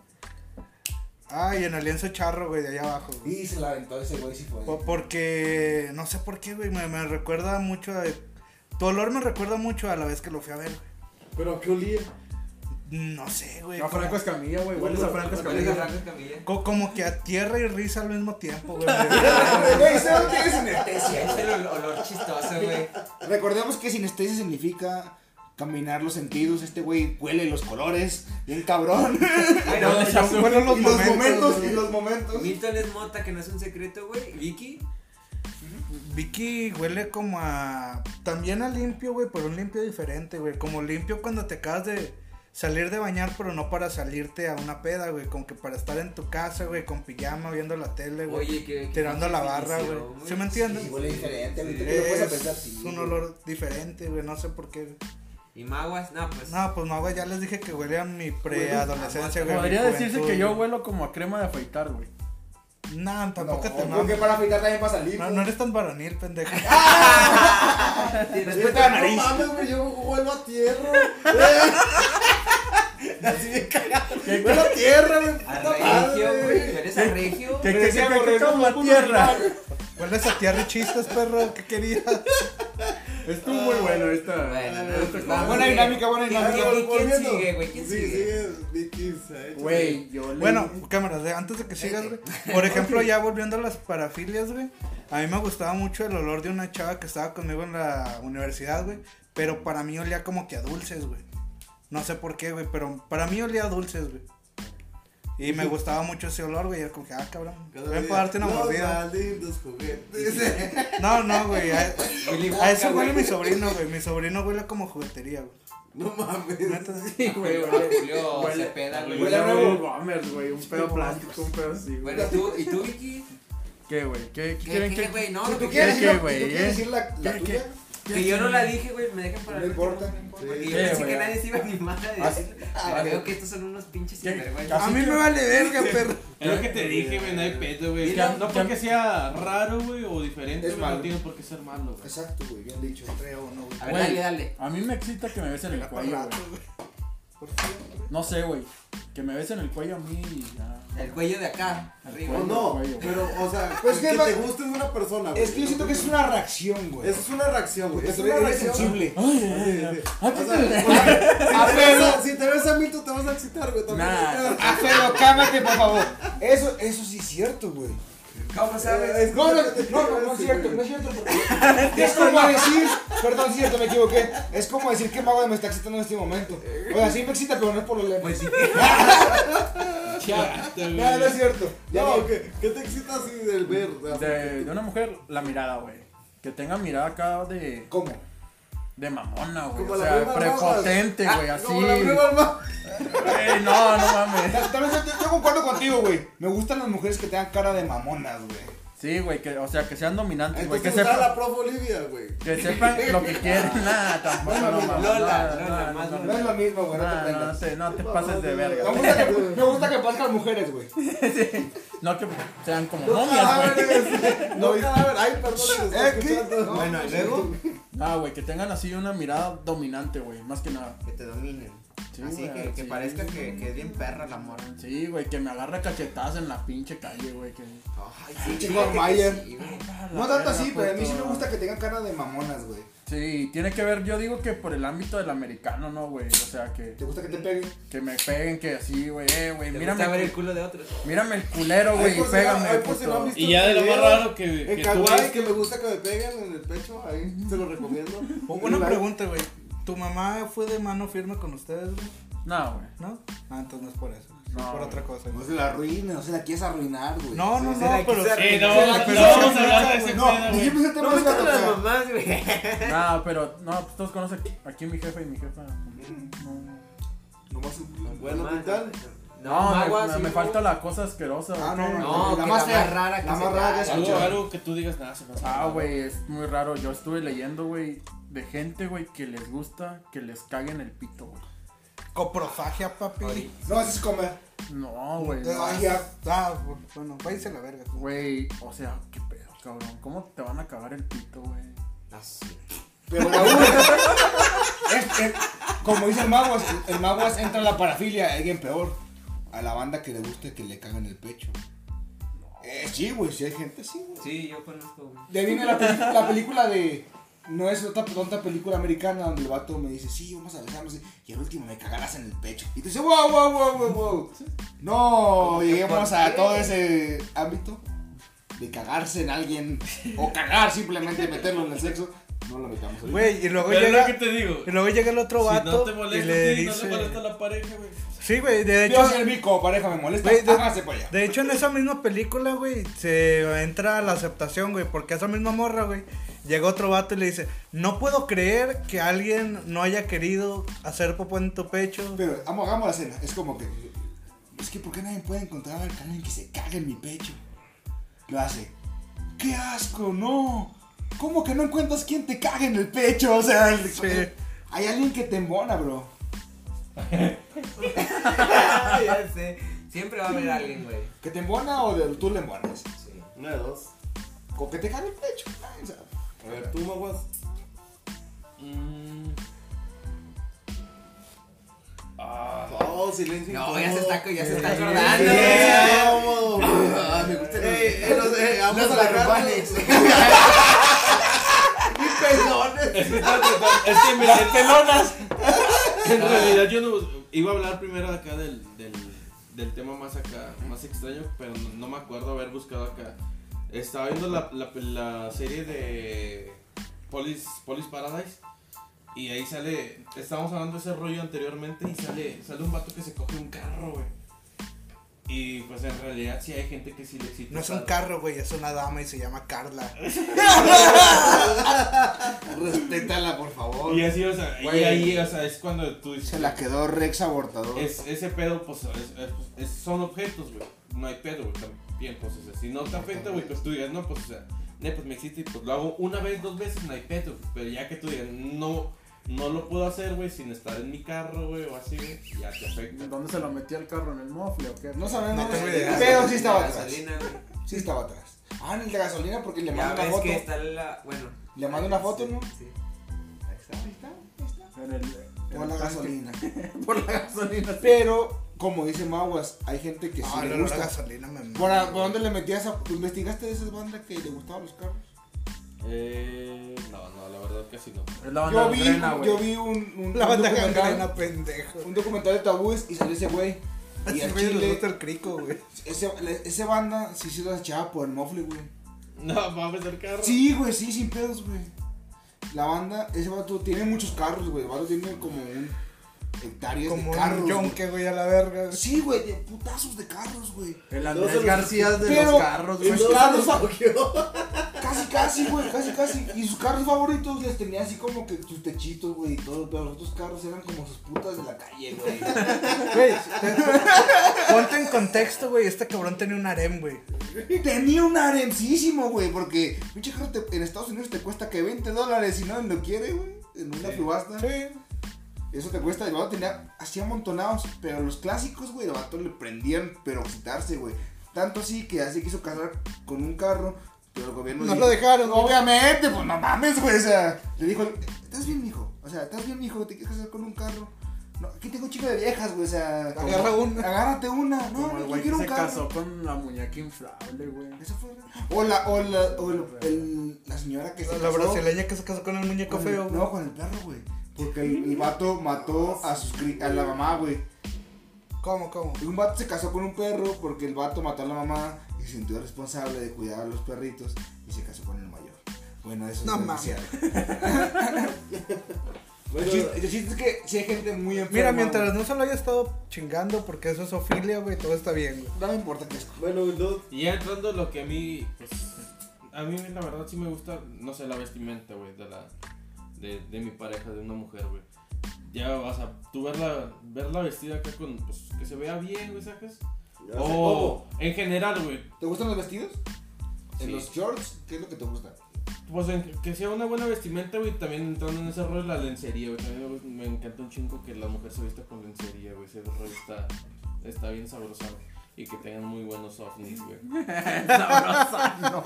Ay, en el lienzo charro, güey, de allá abajo, güey. Y se la aventó ese güey, sí fue. Po- Porque, no sé por qué, güey, me, me recuerda mucho a... Tu olor me recuerda mucho a la vez que lo fui a ver, güey. ¿Pero a qué olía? No sé, güey. A como- Franco Escamilla, güey. Hueles a Franco Hueles a Escamilla. Franco Escamilla. co- Como que a tierra y risa al mismo tiempo, güey. Güey, ¿sabes lo que es sinestesia? Es el ol- olor chistoso, güey. Recordemos que sinestesia significa caminar los sentidos. Este güey huele los colores, bien cabrón. Ay, no, O sea, huele los y los momentos, momentos, güey. y los momentos. Milton es mota, que no es un secreto, güey. Vicky. Vicky huele como a... También a limpio, güey, pero un limpio diferente, güey. Como limpio cuando te acabas de salir de bañar, pero no para salirte a una peda, güey. Como que para estar en tu casa, güey, con pijama, viendo la tele, güey. Oye, que. Tirando la barra, güey. ¿Sí me entiendes? Sí, huele diferente, güey. ¿Tú qué Es lo puedes pensar? Sí, un güey. olor diferente, güey. No sé por qué, güey. ¿Y Maguas? No, pues. No, pues no, güey, ya les dije que huele a mi preadolescencia, güey. Podría mi decirse juventud, que yo güey. huelo como a crema de afeitar, güey. No, tampoco te No, porque mames. para afeitar también va a salir. No, no eres tan varonil, pendejo. Respeta la nariz. No mames, güey, yo huelo a tierra. Así de cagado. Huelo a tierra, güey. A puta Regio, madre. güey. ¿Eres a Regio? ¿Qué, Me qué, decía qué, qué, Borrego, como a puto tierra? animal. Hueles a tierra y chistes, perro. ¿Qué querías? Estuvo muy bueno esta. Bueno, no, esta pues cosa. vamos. Buena dinámica, buena ¿Quién, dinámica. quién- quién Volviendo. sigue, güey? ¿Quién Sí, sigue? sigue Vicky. se ha hecho. Güey, yo le. Bueno, cámaras, de- antes de que sigas, güey. Por ejemplo, ya volviendo a las parafilias, güey. A mí me gustaba mucho el olor de una chava que estaba conmigo en la universidad, güey. Pero para mí olía como que a dulces, güey. No sé por qué, güey, pero para mí olía a dulces, güey. Y me gustaba mucho ese olor, güey. Y era como que, ah, cabrón. Cada Ven día, para darte una los mordida. más lindos juguetes. No, no, güey. A, Willy a Wonka, eso huele güey. mi sobrino, güey. Mi sobrino huele como juguetería, güey. No mames. Neta. Sí, güey, Julio, huele. Julio Huele- Cepeda, güey. Huele a nuevo. nuevo Gómez, güey. Un pedo plástico, un pedo así, güey. Bueno, ¿y tú, ¿y tú, Vicky? ¿Qué, güey? ¿Qué, qué ¿Qué, quieren qué, que.? güey? No, Si lo tú que quieres ¿Qué, decir, güey, si tú quieres eh? decir la, la ¿Qué, tuya, Que yo no la dije, güey, me dejan para no el importa. último, no importa. Sí. Y yo Sí, pensé güey. que nadie se iba a animar a Ah, decir. ah, Veo güey. que estos son unos pinches ¿Qué? sinvergüenzas. A Así mí que- me vale verga, perro. Es lo que te dije, güey, no hay pedo, güey. Mira, No ya- porque sea raro, güey, o diferente, Es güey, malo. no tiene por qué ser malo, güey. Exacto, güey, bien dicho. Creo, no, güey. A ver, Güey. dale, dale. A mí me excita que me besen el cuello, güey. ¿Por qué? No sé, güey. Que me besen el cuello a mí y ya. El cuello de acá, arriba. O no, pero, o sea, Pues que que te va- guste de una persona, güey. Es que yo siento que es una reacción, güey. Eso es una reacción, güey. Porque Es tú una eres reacción. sensible. Ay, ay, ay. Ah, O ¿qué sea, te- o sea, A si te ves Felo, a- si te ves a Milton te vas a excitar, güey. también. Nah. a Felo, cámate, por favor. Eso, eso sí es cierto, güey. ¿Cómo sabes? Es- No, no, no, no, no es cierto, no es cierto. Porque es como decir, perdón, es cierto, me equivoqué. Es como decir que Mago me está excitando en este momento. O sea, sí me excita, pero no es por los lentes. Pues sí. Chato, güey. No, no es cierto. Ya No, no, ¿qué, ¿qué te excita así del ver? Así De, de una mujer, la mirada, güey. Que tenga mirada acá de. ¿Cómo? De mamona, güey. Como O la sea, prima Almada. prepotente, güey. Así. Como la prima Almada. Ey, no, no mames. Ta- Tal vez yo, yo concuerdo contigo, güey. Me gustan las mujeres que tengan cara de mamonas, güey. Sí, güey, que, o sea, que sean dominantes, güey. Entonces Que te gustaba sepan, la prof Olivia, güey. que sepan lo que quieren. Nada, tampoco. No, mames. Lola, No, Lola, no, más no, No Lola. es lo mismo, güey. No te no, no, no prendas. te, no te pases de verga. Me güey. gusta que, me gusta que parezcan mujeres, güey. No que sean como No momias, güey. cadáveres. No cadáveres. Ay, perdón, se está ¿Eh, qué? escuchando. Bueno, y luego. Ah, güey, que tengan así una mirada dominante, güey, más que nada. Que te dominen. Sí, Así güey, que, que sí. parezca que, que es bien perra la morra. Sí, güey, que me agarra cachetadas en la pinche calle, güey. Que... Ay, sí, Pinche fíjate que Mayer. sí, güey. No tanto así, pero a mí sí me gusta que tengan cara de mamonas, güey. Sí, tiene que ver, yo digo que por el ámbito del americano, ¿no, güey? O sea, que, ¿Te gusta que te peguen? que me peguen, que así, güey, eh, güey, ¿Te mírame, gusta ver el el cu- culo de otros? mírame el culero, Ay, güey, y por si no- pégame, ay, por si no puto. han visto Y ya de lo más video raro que, En que tú Kawaii, ves que me gusta que me peguen en el pecho, ahí se lo recomiendo. Una Like. pregunta, güey. ¿Tu mamá fue de mano firme con ustedes, güey? No, güey. ¿No? Ah, entonces no es por eso. Es No, por güey. otra cosa. No se la arruines, no se la quieres arruinar, güey. No, no, Sí, no, se la pero quise Sí, no, Se la no, quiso vamos a hacer hablar de mucho, ese güey. No, pedo, güey. dijimos el tema No de me la tocan las tocada. mamás, güey. No, pero, no, pues todos conocen aquí mi jefa y mi jefa. No, Nomás un- Bueno, ¿qué tal? no, me, Magua, me- sí, me güey. falta la cosa asquerosa. Ah, ¿ok? no, No, la que más la fea, más rara que la se más te rara que haga. se algo, escucha. algo que tú digas, nada, se me hace Ah, raro. güey, es muy raro. Yo estuve leyendo, güey, de gente, güey, que les gusta que les caguen el pito, güey. coprofagia, papi. No, eso es comer. No, güey. Ah, no. ya. Ah, bueno, váyase a la verga. Güey, o sea, qué pedo, cabrón. ¿Cómo te van a cagar el pito, güey? Así. Pero Raúl, es, es- como dice el Maguas, el Maguas entra en la parafilia, a alguien peor. A la banda que le guste que le caguen el pecho. Eh, sí, güey, sí hay gente así, güey. Sí, yo conozco, güey. De ahí viene la, peli- la película de. No es otra tonta película americana donde el vato me dice, sí, vamos a besarnos. Y al último me cagarás en el pecho. Y tú dices, wow, wow, wow, wow, wow. No, que lleguemos por a qué? todo ese ámbito de cagarse en alguien. O cagar simplemente, meterlo en el sexo. No lo metamos ahorita. Güey, y luego Pero es llega. lo que te digo. Y luego llega el otro Si vato. no te y molesta, le sí, no dice. le molesta a la pareja, güey. Sí, güey, de Yo hecho. soy el mico, pareja, me molesta. Güey, de- Hágase para allá. De hecho, en esa misma película, güey, se entra la aceptación, güey, porque esa misma morra, güey, llega otro vato y le dice, no puedo creer que alguien no haya querido hacer popó en tu pecho. Pero vamos, hagamos la escena. Es como que. Es que, ¿por qué nadie puede encontrar a alguien que se cague en mi pecho? Lo hace. ¡Qué asco! ¡No! ¿Cómo que no encuentras quién te cague en el pecho? O sea, el- Sí. hay alguien que te embona, bro. Ya sé. Siempre va a haber alguien, güey. ¿Que te embona o de, tú le embonas? Sí. Una de dos. ¿O que te cague el pecho? Ay, o sea, A ver, tú, Maguas. Mm. Ah. Oh, silencio. No, incómodo. ya se está, ya se está Sí, acordando, sí, güey. cómodo, Ah, me gustan los- Ey, eh, los- eh, vamos los a la barrones. Y pelones. Es que, espérate, es que mira, en pelonas. En realidad yo no iba a hablar primero acá del, del, del tema más acá, más extraño, pero no, no me acuerdo haber buscado acá. Estaba viendo la, la, la serie de Police, Police Paradise y ahí sale, estábamos hablando de ese rollo anteriormente y sale, sale un vato que se coge un carro, güey. Y pues en realidad sí hay gente que sí le excita. No es un carro, güey, es una dama y se llama Carla. respétala, por favor. Y así, o sea, y Güey. ahí, o sea, es cuando tú dices. Se la quedó Rex abortador. Es, ese pedo, pues, es- es- es- son objetos, güey. No hay pedo, güey. También, pues, o sea, si no te afecta, güey, pues tú digas, no, pues, o sea, ne, pues me existe y pues lo hago una vez, dos veces, no hay pedo, güey. Pero ya que tú digas, no, no lo puedo hacer, güey, sin estar en mi carro, güey, o así, güey, ya te afecta. ¿Dónde se lo metía el carro? ¿En el mofle o qué? No sabemos. No tengo idea. Pero sí estaba La atrás. gasolina, güey. Sí estaba atrás. Ah, en el de gasolina porque le Ya mando una ves foto. que está la. Bueno. Le mando una foto, ¿no? Sí. Ahí está. Ahí está, ahí está. En el, en Por el la tanque. gasolina. Por la gasolina. Pero, como dice Maguas, hay gente que sí Ah, le no, la gusta. gasolina me ¿Por, a- por dónde le metías a... ¿Investigaste de esas bandas que le gustaban los carros? Eh, no, no, la verdad que sí no. Es la banda Yo vi, gangrena, güey. yo vi un, un, La un banda documental, gangrena, pendejo. un documental de tabúes y salió ese güey. Y Ese al güey le chile, gusta el crico, güey. ese, ese banda sí se lo echaba por el mofle, güey. No, vamos al carro. Sí, güey, sí, sin pedos, güey. La banda, ese vato tiene muchos carros, güey. El vato tiene como un... hectáreas Como de carros. un güey. yonque, güey, a la verga. Sí, güey, de putazos de carros, güey. El No Andrés se los- García de pero- los carros, Y güey. Sus no carros se los fa- cogió. Casi, casi, güey, casi, casi. Y sus carros favoritos les tenía así como que sus techitos, güey, y todo. Pero los otros carros eran como sus putas de la calle, güey. Güey, te- ponte en contexto, güey. Este cabrón tenía un harem, güey. Tenía un haremcísimo, güey, porque pinche carro te- en Estados Unidos te cuesta que veinte dólares si no lo quiere, güey, en una subasta. Sí. Eso te cuesta, el vato tenía así amontonados, pero los clásicos, güey, el vato le prendían, pero excitarse, güey. Tanto así que así quiso casar con un carro, pero el gobierno No dijo, lo dejaron, güey. obviamente, pues no mames, güey, o sea, le dijo, ¿estás bien, mijo? O sea, ¿estás bien, mijo? ¿Te quieres casar con un carro? No, aquí tengo un chico de viejas, güey, o sea, Agarra como- una. Agárrate una, no, Como no, el yo güey que quiero se un carro. casó con la muñeca inflable, güey. Eso fue. O la, o la, o el, el- la señora que se La casó brasileña que se casó con el muñeco con el- feo, güey. No, con el perro, güey. Porque el, el vato mató a sus cri- a la mamá, güey. ¿Cómo, cómo? Un vato se casó con un perro porque el vato mató a la mamá y se sintió responsable de cuidar a los perritos y se casó con el mayor. Bueno, eso No es mames. demasiado. Bueno, El chiste, el chiste es que si hay gente muy enferma. Mira, mientras güey, no se lo haya estado chingando porque eso es ofilia, güey, todo está bien, güey. no me importa que es. bueno, no, Y ya entrando en lo que a mí, pues, a mí la verdad sí me gusta, no sé, la vestimenta, güey, de la, de, de mi pareja, de una mujer, güey. Ya vas a, tú verla, verla vestida acá con, pues, que se vea bien, güey, ¿sacas? ya sé O, cómo. en general, güey, ¿Te gustan los vestidos? ¿En Sí. los shorts? ¿Qué es lo que te gusta? pues en- que sea una buena vestimenta, güey, también entrando en ese rollo de la lencería, güey, también me, me encanta un chingo que la mujer se vista con lencería, güey, ese rollo está, está bien sabroso. Y que tengan muy buenos ovnis, güey. Sabrosa, no.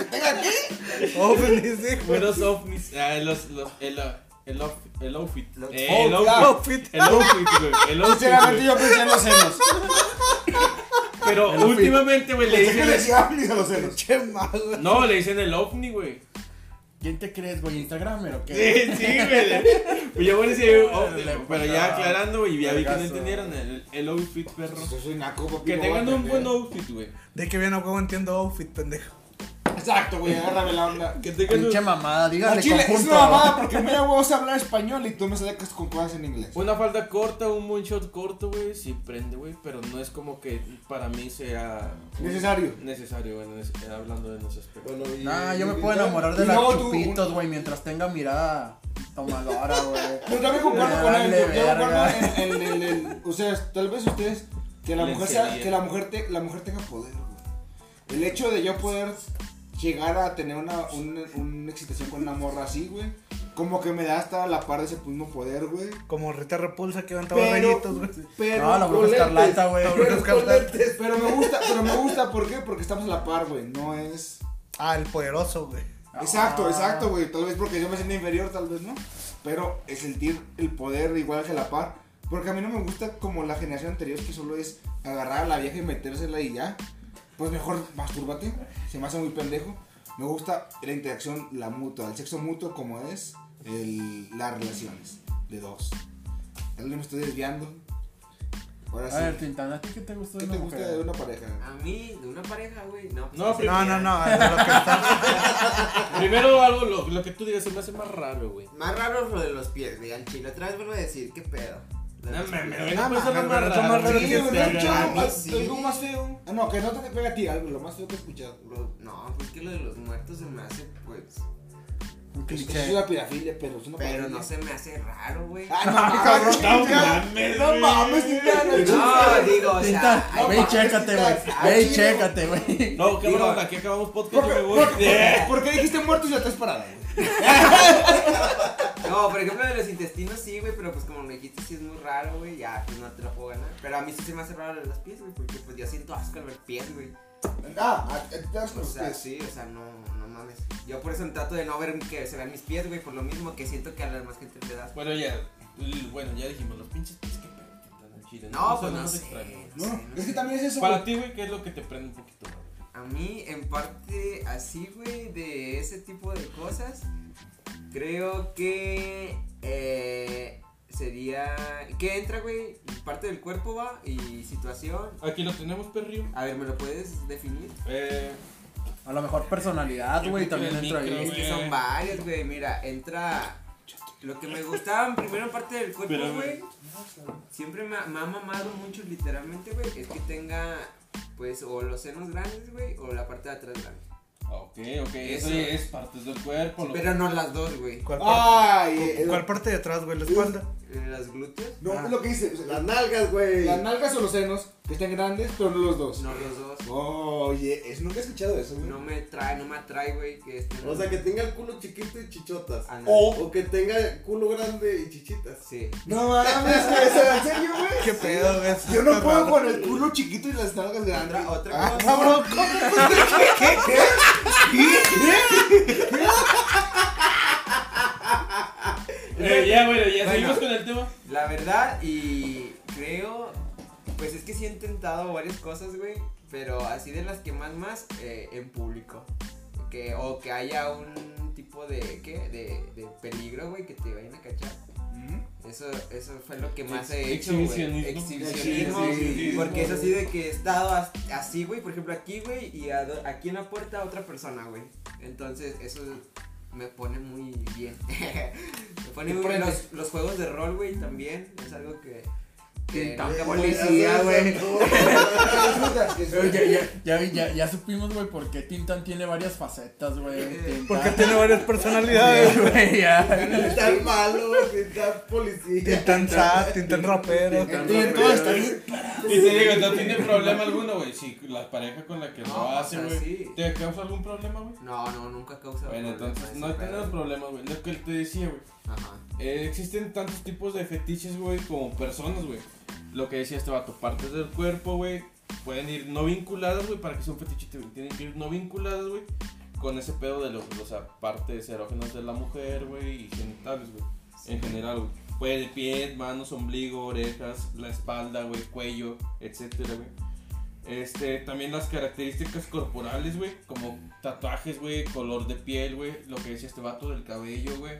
Ovnis, sí, güey. Buenos ovnis, ah, los, los, el, el, off- el outfit. Los- Eh, el Oh, outfit. Outfit. El outfit, güey. El outfit, Sinceramente güey. yo pensé en los senos. Pero El outfit. últimamente, güey, le Pensé que le dicen. decía ovnis a los senos. Che madre. No, le dicen el ovni, güey. ¿Quién te crees, güey? ¿Instagramer o Sí, qué? sí, güey. Pues yo voy a decir, oh, Le pero ya aclarando, güey, ya vi que no Vergazo. entendieron el, el outfit, perro. Yo soy naco, papi. Que no tengan voy a un buen aprender. outfit, güey. De que bien a huevo entiendo outfit, pendejo. Exacto, güey, agárrame la onda. Que tengan Pinche un- mamada, Al dígale chile, es conjunto. una mamada porque me da huevos hablar español y tú me sacas con cosas en inglés. una falda corta, un buen short corto, güey, sí prende, güey, pero no es como que para mí sea Necesario. necesario, güey, en ese- hablando de ese aspecto. Bueno, y, Nah, yo me y- puedo enamorar de y las luego tú- chupitos, güey, mientras tenga mirada tomadora, güey. Yo también concuerdo con él. Vale, Yo yo concuerdo verga. en, en- en- en- o sea, tal vez ustedes que la mujer sea, Lencería. que la mujer te, la mujer tenga poder, güey. El hecho de yo poder llegar a tener una, una, una excitación con una morra así, güey, como que me da hasta la par de ese mismo poder, güey. Como Rita Repulsa que aventaba Pero, rayitos, güey. pero, No, la bruja con escarlata, lentes, güey. La bruja Pero con escarlata. lentes. pero me gusta, pero me gusta, ¿por qué? Porque estamos a la par, güey, no es... Ah, el poderoso, güey. Exacto, Ah. exacto, güey. Tal vez porque yo me siento inferior, tal vez no. Pero es sentir el poder igual que la par. Porque a mí no me gusta como la generación anterior que solo es agarrar a la vieja y metérsela y ya. Pues mejor mastúrbate. Se me hace muy pendejo. Me gusta la interacción, la mutua, el sexo mutuo como es el, las relaciones de dos. Tal vez me estoy desviando. Ahora A ver, sí. Tintán, ¿a ti qué te gustó ¿Qué de te una gusta mujer? de una pareja? A mí, de una pareja, güey, no. pues, No, se No, no, mira. no. de lo que está- Primero algo, lo, lo que tú digas se me hace más raro, güey. Más raro es lo de los pies, güey, al chile. Otra vez vuelvo a decir, ¿qué pedo? Lo de No los mames, pies. no puede ser mames, más pero eso raro. más raro Sí, que güey, se ¿no has haga. escuchado A mí algo- sí. algo más feo? Ah, no, que no te pega a ti, algo, lo más feo que he escuchado. Lo- No, pues que lo de los muertos se me hace, pues. Un Es, es cliché. una pirafilia, pero es una Pero parafilia. no se me hace raro, güey. Ay, no mames, cabrón. No ya. mames, No güey. mames, Tintán. No, digo, o Tintán, sea. no ve y mames, chécate, güey. Tintán. Ve y Aquí, chécate, güey. No, qué Digo- bueno, aquí acabamos podcast, ¿Por yo qué, me voy. por- por- por qué dijiste muertos y la estás parada, güey? No, por ejemplo, de los intestinos sí, güey, pero pues como lo dijiste, sí es muy raro, güey. Ya, pues no te lo puedo ganar. Pero a mí sí se me hace raro lo de los pies, güey, porque pues yo siento asco al ver pies, güey. Ah, ah, te das con O los sea, pies. sí, o sea, no, no mames. Yo por eso trato de no ver que se vean mis pies, güey, por lo mismo que siento que a la demás gente le da. Bueno, ya, l- bueno, ya dijimos, los pinches pies que pegan tan chile. No, pues Eso no es sé. extraño. No, Sí, es que sé. también es eso. Para güey. ti, güey, ¿qué es lo que te prende un poquito más? A mí, en parte, así, güey, de ese tipo de cosas, creo que eh, sería. ¿Qué entra, güey? Parte del cuerpo va y situación. Aquí lo tenemos, perrío. A ver, ¿me lo puedes definir? Eh, A lo mejor personalidad, Yo güey, creo que también el entra micro, ahí. Es que güey. son varios, güey. Mira, entra Lo que me gustaba en primera parte del cuerpo, Pero, güey, siempre me, ha- me ha mamado mucho literalmente, güey, es que tenga, pues, o los senos grandes, güey, o la parte de atrás grande. Ok, ok, eso, Eso. es partes del cuerpo. lo- Pero no las dos, güey. ¿Cuál, parte, Ay, eh, ¿Cuál parte de atrás, güey? ¿La espalda? Eh, Las glúteos. no, Ah, es lo que dice. o sea, Las nalgas, güey. Las nalgas o los senos, que estén grandes, pero no los dos. No los dos. Oye, eso nunca he escuchado eso, güey. No me trae, no me atrae, güey, que estén. O sea, que tenga el culo chiquito y chichotas. Ah, no. O, o que tenga culo grande y chichitas. Sí. No mames, güey, ¿en serio, güey? ¿Qué pedo, güey? Yo no Está puedo raro. con el culo chiquito y las nalgas grandes. Otra, otra Ah, cosa. cabrón, ¿cómo? ¿Qué? ¿Qué? Eh, ya, bueno, ya Bueno. seguimos con el tema. La verdad, y creo, pues es que sí he intentado varias cosas, güey, pero así de las que más, más, eh, en público. Que, o que haya un tipo de, ¿qué? De, de peligro, güey, que te vayan a cachar. Ujú. Eso, eso fue lo que más Ex- he hecho, güey. exhibicionismo. Exhibicionismo. Exhibicionismo. Porque es así de que he estado as- así, güey, por ejemplo aquí, güey, y a do- aquí en la puerta otra persona, güey. Entonces, eso me pone muy bien. Me pone Te muy bien. prende. Los, los juegos de rol, güey, también es algo que... que Tinta nunca policía, güey. Disfrutas, que Pero disfrutas. ya, ya, ya, ya, ya supimos, güey, por qué Tintan tiene varias facetas, güey. Tintan- Porque tiene varias personalidades. Sí, güey, ya. Tan malo, güey, tan policía. Tintan sat, tintan rapero. Tiene todo está bien. Y te digo, no tiene problema alguno, güey. Si la pareja con la que No, lo o hace, sea, güey, sí. ¿te causa algún problema, güey? No, no, nunca causa Bueno, problemas entonces ese no pedo. tenemos problemas, güey. Lo que te decía, güey. Ajá. Eh, existen tantos tipos de fetiches, güey, como personas, güey. Lo que decía este vato, partes del cuerpo, güey, pueden ir no vinculadas, güey, para que sea un fetiche, te- tienen que ir no vinculadas, güey, con ese pedo de los, o sea, partes erógenas de la mujer, güey, y genitales, güey, en general, güey. Puede pies, manos, ombligo, orejas, la espalda, güey, cuello, etcétera, güey. Este, también las características corporales, güey, como tatuajes, güey, color de piel, güey, lo que decía este vato del cabello, güey.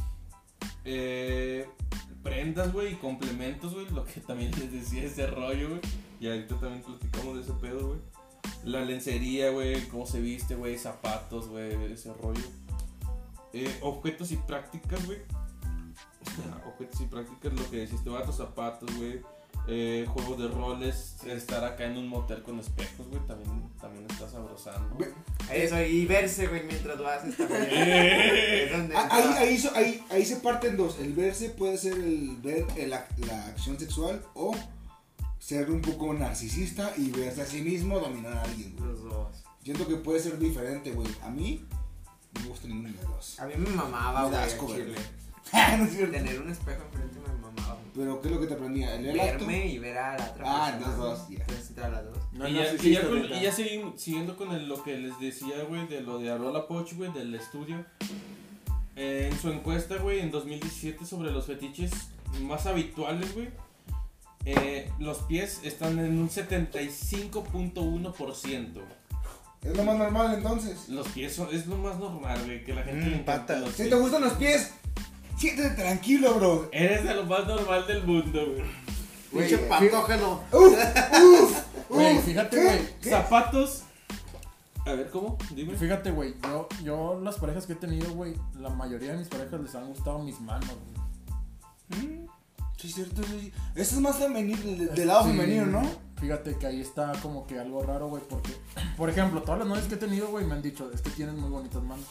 Eh, prendas, güey, y complementos, güey, lo que también les decía ese rollo, güey. Y ahorita también platicamos de ese pedo, güey. La lencería, güey, cómo se viste, güey, zapatos, güey, ese rollo. Eh, objetos y prácticas, güey. Objetos y prácticas, lo que decía este vato, zapatos, güey. Eh, juegos de roles, estar acá en un motel con espejos, güey, también, también está sabrosando. Ve- Eso, y verse, güey, mientras lo haces también. Es donde Ah, Ahí, entra- ahí, so- ahí, ahí se parten dos. El verse puede ser el ver el ac- la acción sexual o ser un poco narcisista y verse a sí mismo dominar a alguien, güey. Los dos. Siento que puede ser diferente, güey. A mí no me gusta ninguno de los dos. A mí me mamaba, Me da güey, asco, al güey. chile. No es cierto. Tener un espejo enfrente me mamaba. Pero ¿qué es lo que te aprendía? ¿El acto? Verme y ver a la otra Ah, persona. los dos, ya. Entonces, entre las dos. No, y, no, ya, sí, y sí, ya está con- neta. y ya segui- siguiendo con el- lo que les decía, güey, de lo de Arola Poch, güey, del estudio. Eh, en su encuesta, güey, en dos mil diecisiete sobre los fetiches más habituales, güey. Eh, los pies están en un setenta y cinco punto uno por ciento. Es lo más normal entonces. Los pies son, es lo más normal, güey, que la gente Mm, le encanta patas. los Si pies. te gustan los pies, siéntete tranquilo, bro. Eres de lo más normal del mundo, güey. Güey, Pinche patógeno. Uf, uf, Güey, uf. fíjate, ¿Qué? güey. ¿Qué? Zapatos. A ver, ¿cómo? Dime. Fíjate, güey, yo, yo las parejas que he tenido, güey, la mayoría de mis parejas les han gustado mis manos, güey. Mm, Sí, es cierto. Sí. Eso es más femenino, de- del lado Sí, femenino, ¿no? Fíjate que ahí está como que algo raro, güey, porque, por ejemplo, todas las novias que he tenido, güey, me han dicho, es que tienes muy bonitas manos.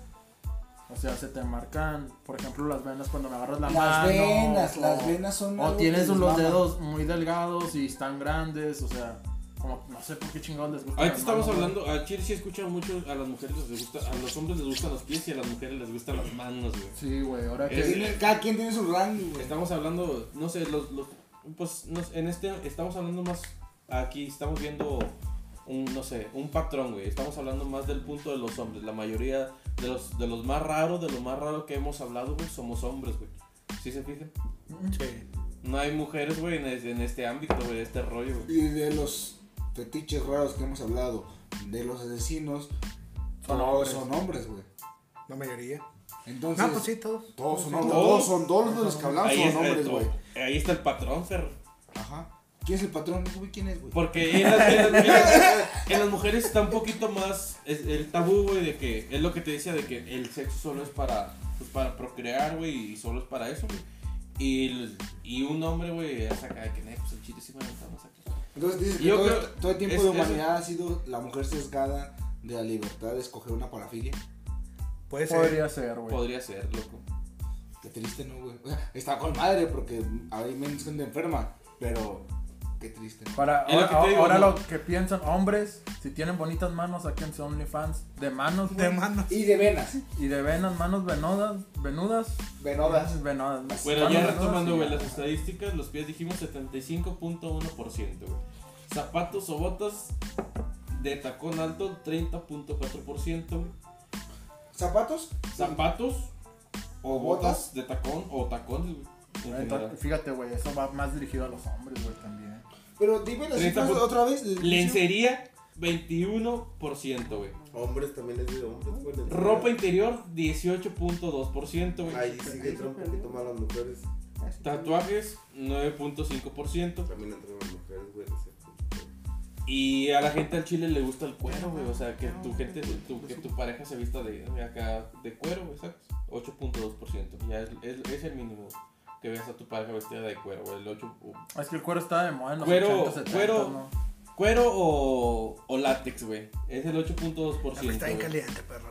O sea, se te marcan, por ejemplo, las venas cuando me agarras la Las mano. venas, o- las venas son. O algo tienes que les los mama. dedos muy delgados y están grandes, o sea, como, no sé por qué chingados les gusta. Ahorita estamos hablando, a Chile sí he escuchado mucho, a las mujeres les gusta, a los hombres les gustan los pies y a las mujeres les gustan las manos, güey. Sí, güey, ahora que... Es- Tiene- Cada quien tiene su rango, güey. Estamos hablando, no sé, los, los pues nos- en este, estamos hablando más, aquí estamos viendo un, no sé, un patrón, güey. Estamos hablando más del punto de los hombres. La mayoría de los, de los más raros, de lo más raro que hemos hablado, güey, somos hombres, güey. ¿Sí se fijan? Sí. No hay mujeres, güey, en, es- en este ámbito, güey, este rollo, güey. Y de los fetiches raros que hemos hablado, de los asesinos, Son todos hombres. son hombres, güey. La mayoría. Entonces, No, pues sí, todos. todos son Sí, hombres, todos. todos son, todos de los que hablamos Ahí son está, hombres, el- güey. ahí está el patrón, Fer. Ajá. ¿Quién es el patrón? Güey, ¿quién es, güey? Porque en las, en las- en las- en las mujeres está un poquito más es el tabú, güey, de que es lo que te decía, de que el sexo solo es para pues para procrear, güey, y solo es para eso, güey. Y, y un hombre, güey, es acá de que, "Nee, pues el chile sí me aventamos aquí". Entonces dices que Yo todo, creo- este- todo el tiempo es- de es- humanidad ha sido la mujer sesgada de la libertad de escoger una parafilia. Puede ser. Podría ser, güey. Podría ser, loco. Qué triste, ¿no, güey? O sea, está con madre porque hay menos gente enferma, pero qué triste, ¿no? Para, Es lo ahora que te digo, ahora ¿no? lo que piensan, hombres, si tienen bonitas manos, sáquense OnlyFans de manos, De güey. mano. Y de venas, Y de venas, manos venudas, venudas. venodas. Venudas. Bueno, manos ya venudas, retomando, sí, güey, ya. las estadísticas, los pies dijimos setenta y cinco punto uno por ciento, güey. Zapatos o botas de tacón alto, treinta punto cuatro por ciento, güey. ¿Zapatos? Zapatos o ¿O botas botas? de tacón o tacones, güey. en Entonces, general. fíjate, güey, eso va más dirigido a los hombres, güey, también. Pero dime las treinta cifras por- otra vez. Lencería, veintiuno por ciento, güey. Hombres también es de hombres, güey. les- Ropa interior, dieciocho punto dos por ciento, güey. Ahí sí que entra un poquito más las mujeres. Tatuajes, nueve punto cinco por ciento. También entran las mujeres, güey. en ese punto. Y a la gente al chile le gusta el cuero, güey. O sea, que tu gente, tu, que tu pareja se vista de, de acá de cuero, güey, ¿sabes? ocho punto dos por ciento. Ya es, es, es el mínimo que veas a tu pareja vestida de cuero, güey. El ocho, Es que el cuero está de moda en los Cuero- ochenta, setenta, cuero- ¿no? cuero o, o látex, güey. Es el ocho punto dos por ciento. Está bien güey. caliente, perro.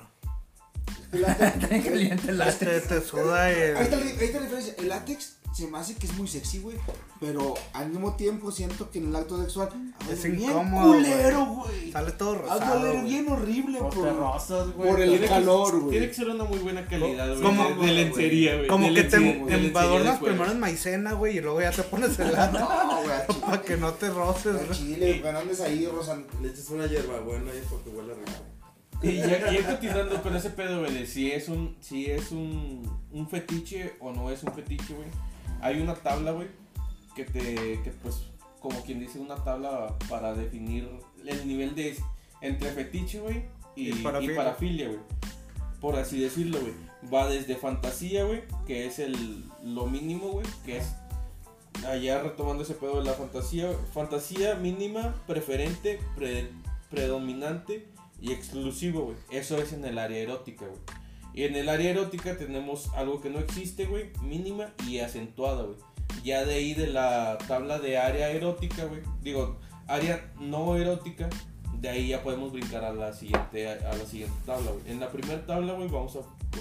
Está bien caliente el Este látex. te suda el. Ahí está, la- ahí está la diferencia. El látex se me hace que es muy sexy, güey. Pero al mismo tiempo siento que en el acto sexual Es algo bien incómodo, culero, güey. Sale todo Algo rosado. bien, güey. bien horrible, Los por, terrosas, güey. por el Tiene que- calor, Tiene güey. que ser una muy buena calidad, güey. Como- de, de lencería, güey. Como de que te, lencería- de te lencería de embadornas cuero. primero en maicena, güey, y luego ya te pones el látex No, güey, al para que no te roces, Chile, al güey. chile, güey, no andes ahí rozando. Le echas una hierba buena ahí porque huele rico. Y ya, ya cotizando con ese pedo, güey, de si es un, si es un, un fetiche o no es un fetiche, güey. Hay una tabla, güey, que te, que pues, como quien dice, una tabla para definir el nivel de, entre fetiche, güey, y, Y y parafilia. parafilia, güey. Por así decirlo, güey. Va desde fantasía, güey, que es el, lo mínimo, güey, que es, allá retomando ese pedo de la fantasía, fantasía mínima, preferente, pre- predominante y exclusivo, güey. Eso es en el área erótica, güey. Y en el área erótica tenemos algo que no existe, güey, mínima y acentuada, güey. Ya de ahí de la tabla de área erótica, güey, digo, área no erótica, de ahí ya podemos brincar a la siguiente, a la siguiente tabla, güey. En la primera tabla, güey, vamos a...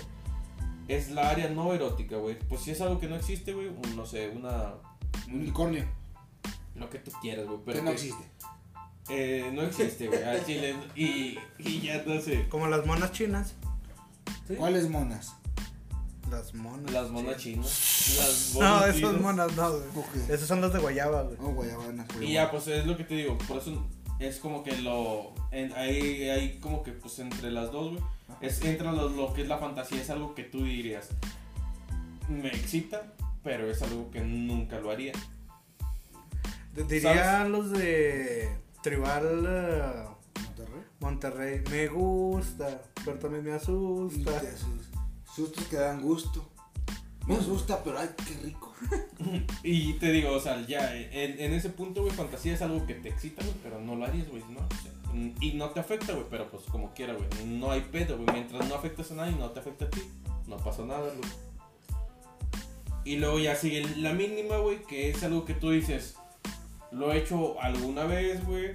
Es la área no erótica, güey. Pues si es algo que no existe, güey, un- no sé, una... Un unicornio, Lo que tú quieras, güey. Pero que no que- existe. Eh, no existe, güey, al chile. Y, y ya no sé. Como las monas chinas. ¿Sí? ¿Cuáles monas? Las monas. Las monas chinas. Las No, monas esas chinas. monas no, güey. Ok. Esas son las de guayaba, güey. Oh, guayabanas, Y ya, pues es lo que te digo. Por eso es como que lo. En, ahí, ahí, como que, pues entre las dos, güey. Es entra lo, lo que es la fantasía. Es algo que tú dirías. Me excita, pero es algo que nunca lo haría. D- Diría ¿Sabes? los de Tribal eh, Monterrey. Monterrey. Me gusta, pero también me Y asusta. te sus- sustos que dan gusto. Me asusta, pero ay, qué rico. Y te digo, o sea, ya, en, en ese punto, güey, fantasía es algo que te excita, güey, pero no lo harías, güey, ¿no? O sea, y no te afecta, güey, pero pues como quiera, güey, no hay pedo, güey, mientras no afectes a nadie y no te afecta a ti, no pasa nada, güey. Y luego ya sigue la mínima, güey, que es algo que tú dices, lo he hecho alguna vez, güey,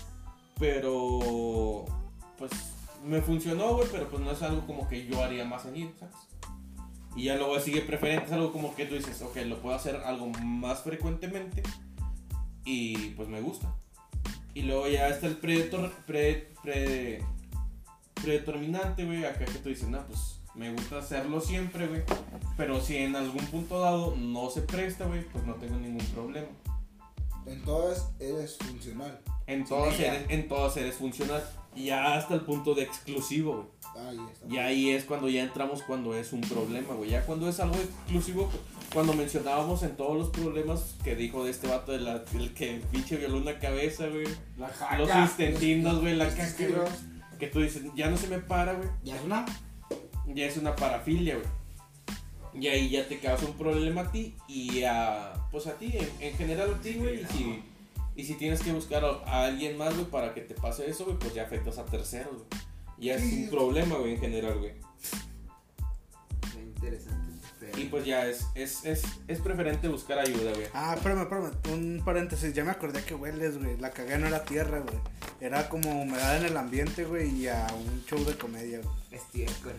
pero pues me funcionó, güey, pero pues no es algo como que yo haría más seguido, ¿sabes? Y ya luego sigue preferente, es algo como que tú dices, ok, lo puedo hacer algo más frecuentemente y pues me gusta. Y luego ya está el predetor, pre, pre, predeterminante, güey, acá que tú dices, no, pues me gusta hacerlo siempre, güey, pero si en algún punto dado no se presta, güey, pues no tengo ningún problema. En todas eres funcional. En todas, ella. eres, en todas eres funcional. Y ya hasta el punto de exclusivo, güey. Ahí está. Y ahí es cuando ya entramos cuando es un problema, güey. Ya cuando es algo exclusivo, cuando mencionábamos en todos los problemas que dijo de este vato, de la, el que pinche violó una cabeza, güey. La jaca. Los intestinos, güey, la Los caca, testículos. güey. Que tú dices, ya no se me para, güey. Ya es una. Ya es una parafilia, güey. Y ahí ya te causa un problema a ti y a, pues a ti, en, en general a ti, güey. Y si, y si tienes que buscar a, a alguien más, güey, para que te pase eso, güey, pues ya afectas a terceros, güey. Ya es Sí. un problema, güey, en general, güey. interesante. Pero... Y pues ya es, es, es, es preferente buscar ayuda, güey. Ah, espérame, espérame, un paréntesis, ya me acordé que hueles, güey, la cagada no era tierra, güey, era como humedad en el ambiente, güey, y a un show de comedia, güey. Estiércol.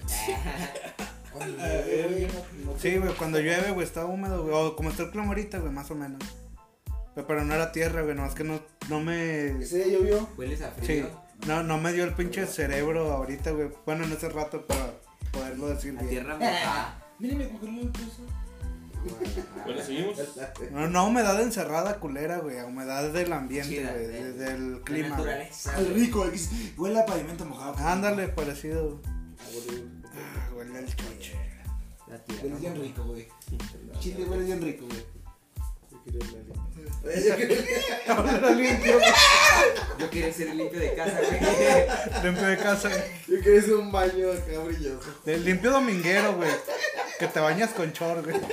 Sí, güey, cuando llueve, güey, está húmedo, güey, o como está el clima ahorita, güey, más o menos. Pero, pero no era tierra, güey, nomás que no, no me... ¿Ese día llovió? ¿Hueles a Sí, frío? no, no me dio el pinche cerebro ahorita, güey, bueno, en ese rato para poderlo decir La bien. tierra mojada. Mire, me congeló el peso. Bueno, seguimos. No, no humedad encerrada culera, güey, a humedad del ambiente, Chida, güey, de- de- del La clima, güey. naturaleza. Al rico, el que dice, huele a pavimento mojado. Ándale, parecido. Ah, huele al choche. La tierra. Huele bien rico, güey. Chile huele bien rico, güey. Yo quería ser el limpio de casa, güey. Limpio de casa, Yo quería hacer un baño acá brilloso. de limpio dominguero, güey, que te bañas con chor, güey.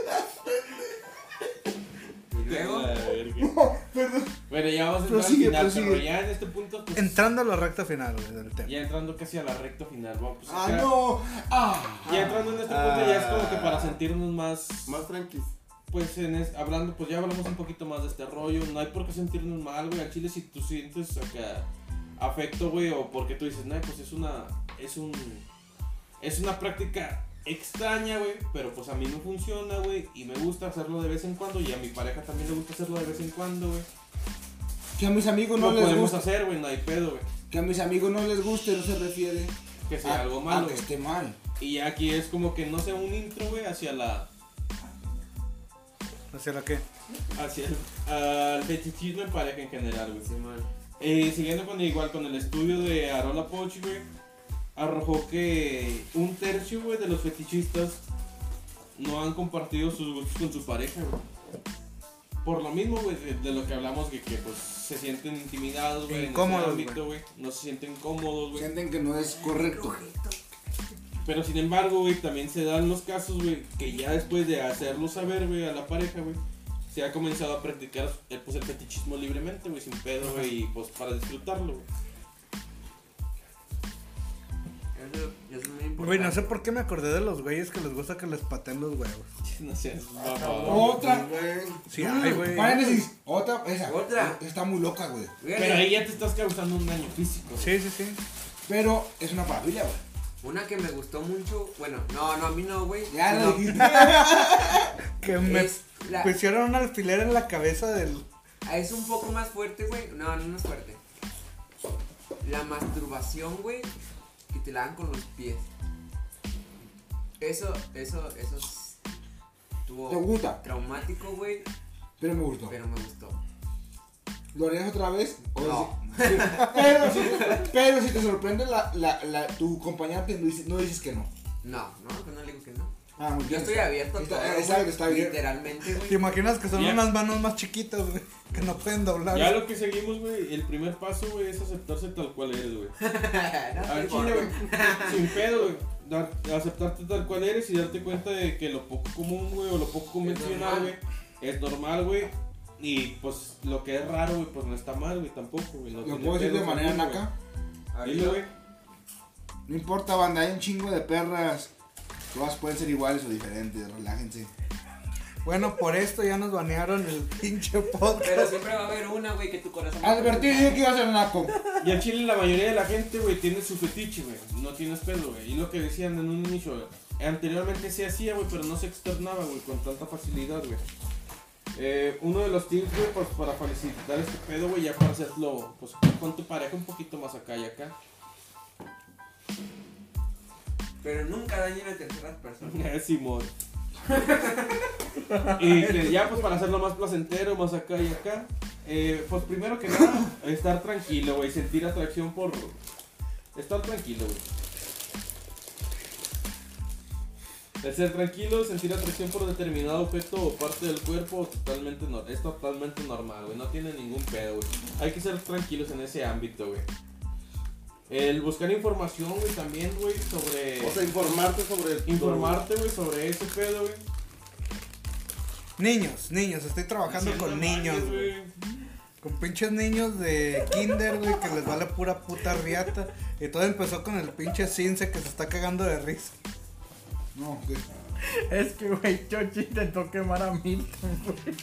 Y luego, La verga. Bueno, ya vamos a entrar Prosigue, al final, prosigue. pero ya en este punto, pues, Entrando a la recta final, güey, del tema. ya entrando casi a la recta final, vamos, pues, Ah, ya, no. Ah. ya entrando en este punto ya es como que para sentirnos más, Más tranquis. pues, en es- hablando, pues ya hablamos un poquito más de este rollo, no hay por qué sentirnos mal, güey, al chile si tú sientes acá afecto, güey, o porque tú dices, no, pues es una, es un, es una práctica extraña, güey, pero pues a mí no funciona, güey, y me gusta hacerlo de vez en cuando, y a mi pareja también le gusta hacerlo de vez en cuando, güey. Que a mis amigos no Lo les podemos guste. hacer, güey, no hay pedo, güey. Que a mis amigos no les guste, no se refiere Que sea a, algo a malo, que güey. esté mal. Y ya aquí es como que no sea un intro, güey, hacia la, ¿Hacia la qué? hacia el, al fetichismo en pareja en general, güey. Simón. Eh, siguiendo con igual con el estudio de Arola Poch, güey, arrojó que un tercio, güey, de los fetichistas no han compartido sus gustos con su pareja, güey. Por lo mismo, güey, de, de lo que hablamos, que, que pues se sienten intimidados, güey, en ese Incómodos, ámbito, güey. No se sienten cómodos, güey. Sienten que no es correcto. Pero sin embargo, güey, también se dan los casos, güey, que ya después de hacerlo saber, güey, a la pareja, güey, se ha comenzado a practicar eh, pues, el fetichismo libremente, güey, sin pedo, güey, y pues para disfrutarlo, güey. Eso, eso es muy importante. Güey, no sé por qué me acordé de los güeyes que les gusta que les pateen los huevos. No sé, mamá. Otra. Sí, ay, güey. Paréntesis. Otra. Esa. Otra. Está muy loca, güey. Fíjate, Pero ahí ya te estás causando un daño físico. Sí, sí, sí. Pero es una maravilla, güey. una que me gustó mucho, bueno, no, no, a mí no, güey. Ya no, lo dijiste. Que me es, la- pusieron un alfiler en la cabeza del... es un poco más fuerte, güey. No, no, no es fuerte. La masturbación, güey, que te la dan con los pies. Eso, eso, eso es- estuvo ¿Te gusta? traumático, güey, Pero me gustó. pero me gustó. ¿Lo harías otra vez? ¿O No. si- sí, pero, si, pero si te sorprende la, la, la, tu compañera, no dices, no dices que no. No, no, que no le digo que no. Ah, muy Yo bien. estoy abierto a Está- todo, exacto, güey, está bien. literalmente, ¿Te güey. imaginas que son Ya. unas manos más chiquitas, güey? Que no pueden doblar. Ya lo que seguimos, güey, el primer paso, güey, es aceptarse tal cual eres, güey. No, Al estoy chile, gordo. güey, sin pedo, güey. Dar- aceptarte tal cual eres y darte cuenta de que lo poco común, güey, o lo poco convencional, güey, es normal, güey. Y pues lo que es raro, güey, pues no está mal, güey, tampoco, güey. No Lo tiene puedo decir de pedos manera alguno, naca. güey. Dilo, güey. No importa, banda, hay un chingo de perras. Todas pueden ser iguales o diferentes, relájense. Bueno, por esto ya nos banearon el pinche podcast. Pero siempre va a haber una, güey, que tu corazón. Advertí yo que iba a ser naco. Y en Chile la mayoría de la gente, güey, tiene su fetiche, güey. No tienes pedo, güey. Y lo que decían en un inicio, güey. Anteriormente se hacía, güey, pero no se externaba, güey, con tanta facilidad, güey. Eh, uno de los tips, güey, pues para facilitar este pedo, güey, ya para hacerlo, pues con tu pareja un poquito más acá y acá. Pero nunca dañen a terceras personas. Simón. Y que ya pues para hacerlo más placentero, más acá y acá, eh, pues primero que nada, estar tranquilo, güey, sentir atracción por... Estar tranquilo, güey. El ser tranquilo, sentir atracción por determinado objeto o parte del cuerpo totalmente no, es totalmente normal, güey, no tiene ningún pedo, güey. Hay que ser tranquilos en ese ámbito, güey. El buscar información, güey, también, güey, sobre... O sea, informarte sobre el. Informarte, güey, sobre ese pedo, güey. Niños, niños, estoy trabajando Haciendo con niños, mañas, güey. Con pinches niños de kinder, güey, que les vale pura puta riata. Y todo empezó con el pinche Cince que se está cagando de risa. No, ¿qué? Es que, güey, Chochi intentó quemar a Milton, güey.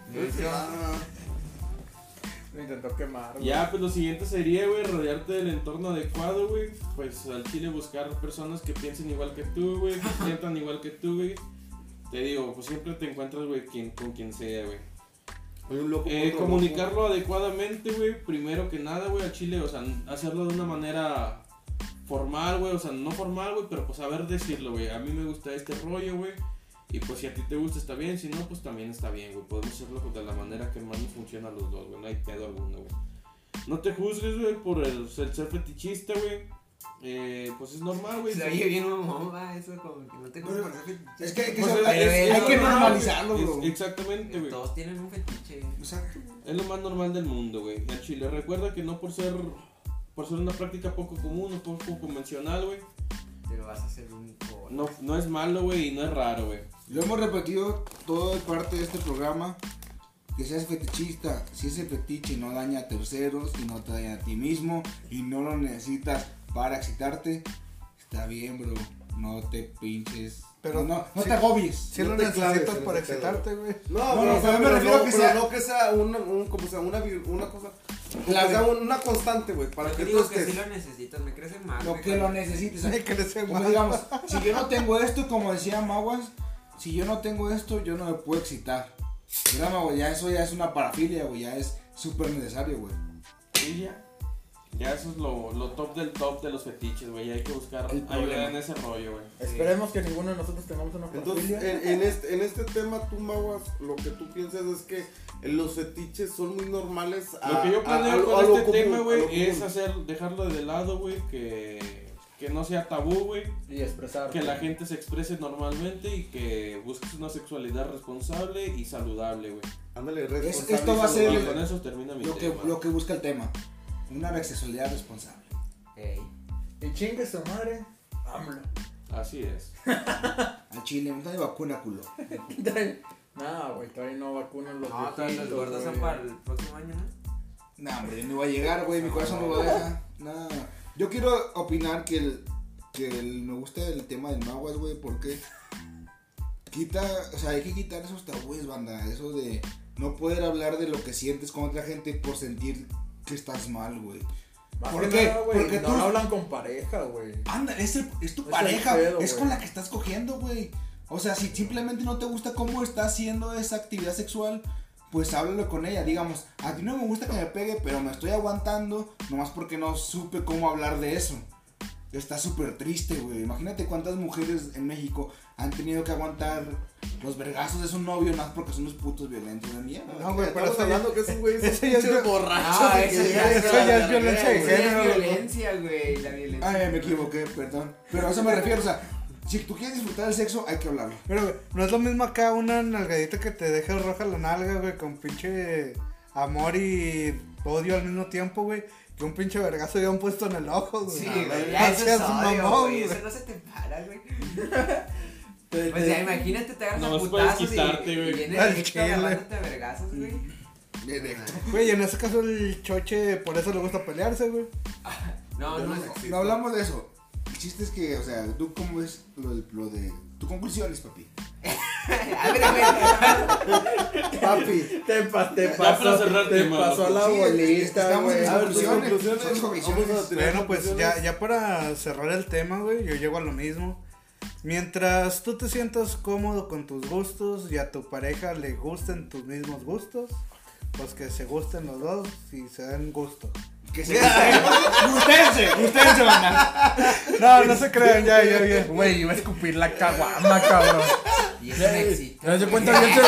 Lo intentó quemar, güey. Ya, pues lo siguiente sería, güey, rodearte del entorno adecuado, güey. Pues al chile buscar personas que piensen igual que tú, güey, que sientan igual que tú, güey. Te digo, pues siempre te encuentras, güey, quien, con quien sea, güey. Hay un loco Eh, otro comunicarlo adecuadamente, güey, primero que nada, güey, al chile, o sea, hacerlo de una manera formal, güey, o sea, no formal, güey, pero pues saber decirlo, güey. A mí me gusta este rollo, güey. Y pues si a ti te gusta está bien, si no, pues también está bien, güey. Podemos hacerlo de la manera que más nos funciona a los dos, güey. No hay pedo alguno, güey. No te juzgues, güey, por el, el ser fetichista, güey. Eh, pues es normal, güey. Se oye bien mamón, va, eso como que no te Pero, gusta. Es que hay que, Pues saber- es- hay, es- hay es que normal, normalizarlo, güey. bro. Es- Exactamente, güey. Todos tienen un fetiche. Exacto. Es lo más normal del mundo, güey. El chile. Recuerda que no por ser por ser una práctica poco común o poco convencional, güey. Pero vas a ser único. No, no es malo, güey, y no es raro, güey. Lo hemos repetido toda parte de este programa. Que seas fetichista, si ese fetiche no daña a terceros y no te daña a ti mismo y no lo necesitas para excitarte, está bien, bro. No te pinches. Pero no, no, no si- te agobies. Si No lo te necesitas claves en para ese pedo. excitarte, güey. No, No, pero, no, o sea, pero me pero refiero no, que pero sea- no que sea una, un, como sea, una, vir- una cosa, que Clave. sea una constante, güey, para Yo que tú digo que estés. sí lo necesitas, me crece mal. Lo güey, que lo cuando- necesites. Hay que decir Como más. digamos, si yo no tengo esto, como decía Maguas, si yo no tengo esto, yo no me puedo excitar. Mira, güey, ya eso ya es una parafilia, güey, ya es súper necesario, güey. Y ya. Ya eso es lo, lo top del top de los fetiches, güey. Hay que buscar El problema. ayuda en ese rollo, güey. Esperemos que ninguno de nosotros tengamos una Entonces, parafilia. en, en este, en este tema, tú, Maguas, lo que tú piensas es que los fetiches son muy normales. A, Lo que yo a- planeo a lo- con a lo este común, tema, a güey, lo es común. hacer, dejarlo de lado, güey, que, que no sea tabú, güey. Y expresar. Que la gente se exprese normalmente y que busques una sexualidad responsable y saludable, güey. Ándale, Es- esto va a ser- Y el- con eso termina mi Lo que, tema. lo que busca el tema, una sexualidad responsable. Ey. Y chingue su madre. AMLO. Así es. Al chile, no hay vacuna, culo. No, güey, todavía no vacunan los No, todos los viejitos, gordos son güey. para el próximo año, ¿no? No, hombre, yo no iba a llegar, güey, mi corazón no lo deja. No. Yo quiero opinar que el, que el, me gusta el tema del Maguas, güey, porque quita, o sea, hay que quitar esos tabúes, banda, eso de no poder hablar de lo que sientes con otra gente por sentir que estás mal, güey. Más ¿Por que qué? nada, güey, Porque no tú- hablan con pareja, güey. Anda, es, el- es tu Es el pareja, pedo, es güey. con la que estás cogiendo, güey. O sea, si simplemente no te gusta cómo está haciendo esa actividad sexual, pues háblalo con ella. Digamos, a ti no me gusta que me pegue, pero me estoy aguantando nomás porque no supe cómo hablar de eso. Está súper triste, güey. Imagínate cuántas mujeres en México han tenido que aguantar los vergazos de su novio más porque son unos putos violentos de mierda. No, güey, pero estamos hablando que esos güeyes ese son ya es pinches de- borrachos. Ah, de eso que- ya, eso ya es violencia de Eso ya género, es loco. violencia, güey, la violencia. Ay, me equivoqué, perdón. Pero a eso me refiero, o sea, si tú quieres disfrutar del sexo, hay que hablarlo. Pero, güey, no es lo mismo acá una nalgadita que te deja roja la nalga, güey, con pinche amor y odio al mismo tiempo, güey, que un pinche vergazo ya un puesto en el ojo, güey. Sí, No, güey, ya eso es seas odio, mamón, güey, eso güey. no se te para, güey. Te- Pues te- ya imagínate, te agarras No a más puedes putazos y, quitarte, y güey. viene Al directo chile. agarrándote a vergazos, güey. Directo. Güey, en ese caso el choche por eso le gusta pelearse, güey. No, no, No, no. no hablamos de eso. El chiste es que, o sea, ¿tú cómo ves lo, de- lo de... Tu conclusiones, papi? A ver, güey. Papi. Te, pa- te Ya para pasó, cerrar te tema, pasó loco. la Sí, es- bolita, estamos en güey. A ver, tus Conclusiones, conclusiones. son conclusiones. Vamos a tirar Bueno, pues conclusiones. ya, ya para cerrar el tema, güey, yo llego a lo mismo. Mientras tú te sientas cómodo con tus gustos y a tu pareja le gusten tus mismos gustos, pues que se gusten los dos y se den gusto. Que se Gustense, gustense, banda. No, no se crean, ya, ya, ya. Güey, iba a escupir la caguama, cabrón. Y eso me excita. ¿Te das güey. cuenta bien?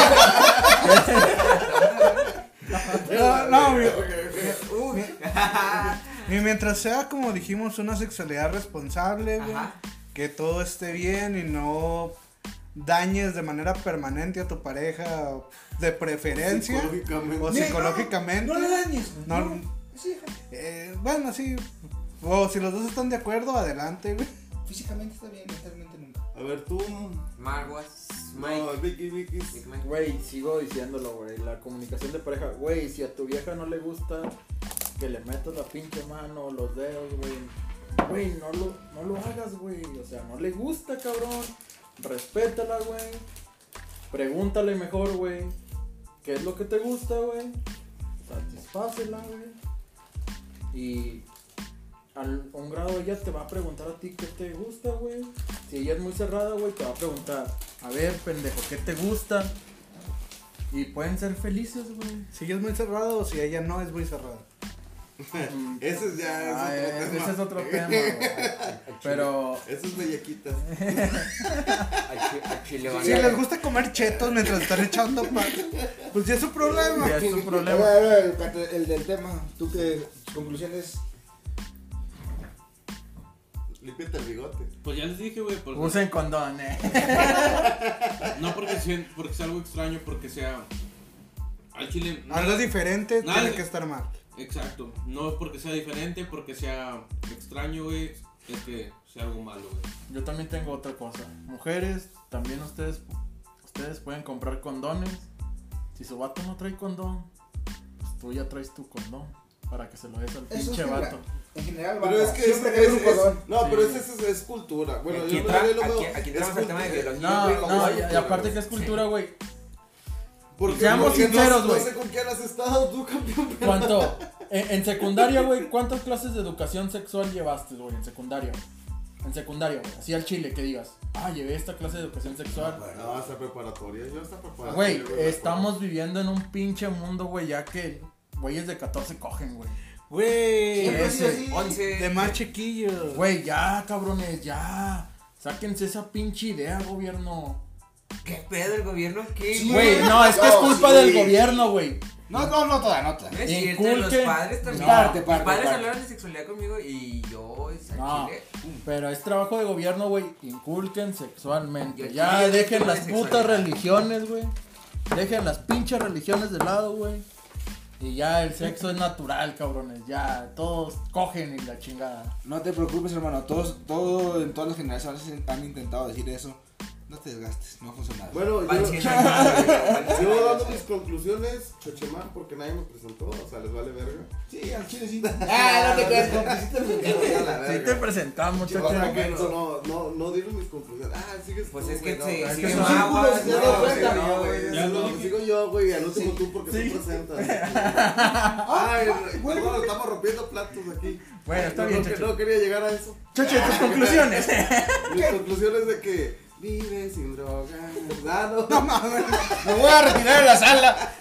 No, no, mi- Uy. y mientras sea, como dijimos, una sexualidad responsable, güey, Ajá. que todo esté bien y no dañes de manera permanente a tu pareja de preferencia Psicológicamente. o psicológicamente. No le dañes. No, Sí, eh, bueno, sí. O si los dos están de acuerdo, adelante, güey. físicamente está bien, mentalmente nunca. A ver, tú. Marguas, No, Mike. Vicky, Vicky. Big Mike. Güey, sigo diciéndolo, güey. La comunicación de pareja. Güey, si a tu vieja no le gusta que le metas la pinche mano o los dedos, güey. Güey, no lo, no lo hagas, güey. O sea, no le gusta, cabrón. respétala, güey. Pregúntale mejor, güey. ¿Qué es lo que te gusta, güey? Satisfácela, güey. Y a un grado ella te va a preguntar a ti qué te gusta, güey. Si ella es muy cerrada, güey, te va a preguntar, a ver, pendejo, ¿qué te gusta? Y pueden ser felices, güey. Si ella es muy cerrado o si ella no es muy cerrada. Ese es ya. Ah, es otro eh, tema. ese es otro tema, güey. Pero Eso es bellaquitas. A, chi- a Chile van Si les gusta comer chetos mientras están echando pan, pues ya es su problema. ya es tu A problema. ver, a ver, el, cate- el del tema, ¿tú qué conclusiones? Límpiate el bigote. Pues ya les dije, güey, porque Usen condón, eh. no porque sea, porque sea algo extraño, porque sea al chile. no- Algo diferente Nada. tiene que estar mal. Exacto, no porque sea diferente, porque sea extraño, güey, es que sea algo malo, güey. Yo también tengo otra cosa. Mujeres, también ustedes ustedes pueden comprar condones. Si su vato no trae condón, pues tú ya traes tu condón para que se lo des al Eso es pinche general. vato. En general, Pero banda, es que es, siempre es- que es un es- cordón. no, Sí. pero es, es, es cultura. Bueno, Aquí yo entra- yo lo aquí- veo- aquí es entramos al tema de cultura. biología. No, güey, no, como y, y cultura, aparte güey. que es cultura, güey. Porque, Seamos porque no- sinceros, no, güey. sé con quién has estado tú, campeón. pero- ¿Cuánto? En, en secundaria, güey, ¿cuántas clases de educación sexual llevaste, güey? En secundaria. En secundaria, güey. Así al chile, que digas, ah, llevé esta clase de educación sexual. No, hasta preparatoria. Yo hasta preparatoria. Güey, me estamos viviendo en un pinche mundo, güey, ya que güeyes de catorce cogen, güey. Güey, Siempre ha sido ese, así. once. de más chiquillos. Güey, ya, cabrones, ya. Sáquense esa pinche idea, gobierno. ¿Qué pedo el gobierno? ¿Qué? Sí, Güey, no, es que es No, culpa sí. del gobierno, güey. No, no, no toda, no toda. No es cierto, Inculque- los padres también. Parte, Mis parte, padres parte. hablaron de sexualidad conmigo y yo, es al No, chile. pero es trabajo de gobierno, güey. Inculquen sexualmente. Yo Ya aquí dejen tengo las de putas sexualidad. religiones, güey. Dejen las pinches religiones de lado, güey. Y ya el sexo es natural, cabrones. Ya todos cogen y la chingada. No te preocupes, hermano. Todos, todo, en todas las generaciones han intentado decir eso. No te desgastes, no va a funcionar. Bueno, Van yo, cien años, güey, van cien yo años. dando mis conclusiones, Chochemán, porque nadie me presentó, o sea, les vale verga. Sí, al chile sí. Ah, no te creas, complicito. Sí te presentamos, O chacho. sea, que no, no, no, no dieron mis conclusiones. Ah, sigues Pues tú, es que güey, se- no, sigue es que más, son círculos, más, ya no, no, güey, cuenta, no, no, güey, güey, ya no, lo sigo yo, güey, al último tú porque Sí. tú presentas. Ay, bueno, estamos rompiendo platos aquí. Bueno, está No, bien, no, que- chacho. no quería llegar a eso. Chacho, tus conclusiones. Mis conclusiones de que vive sin drogas. Ah, no, no, mames. Me voy a retirar de la sala.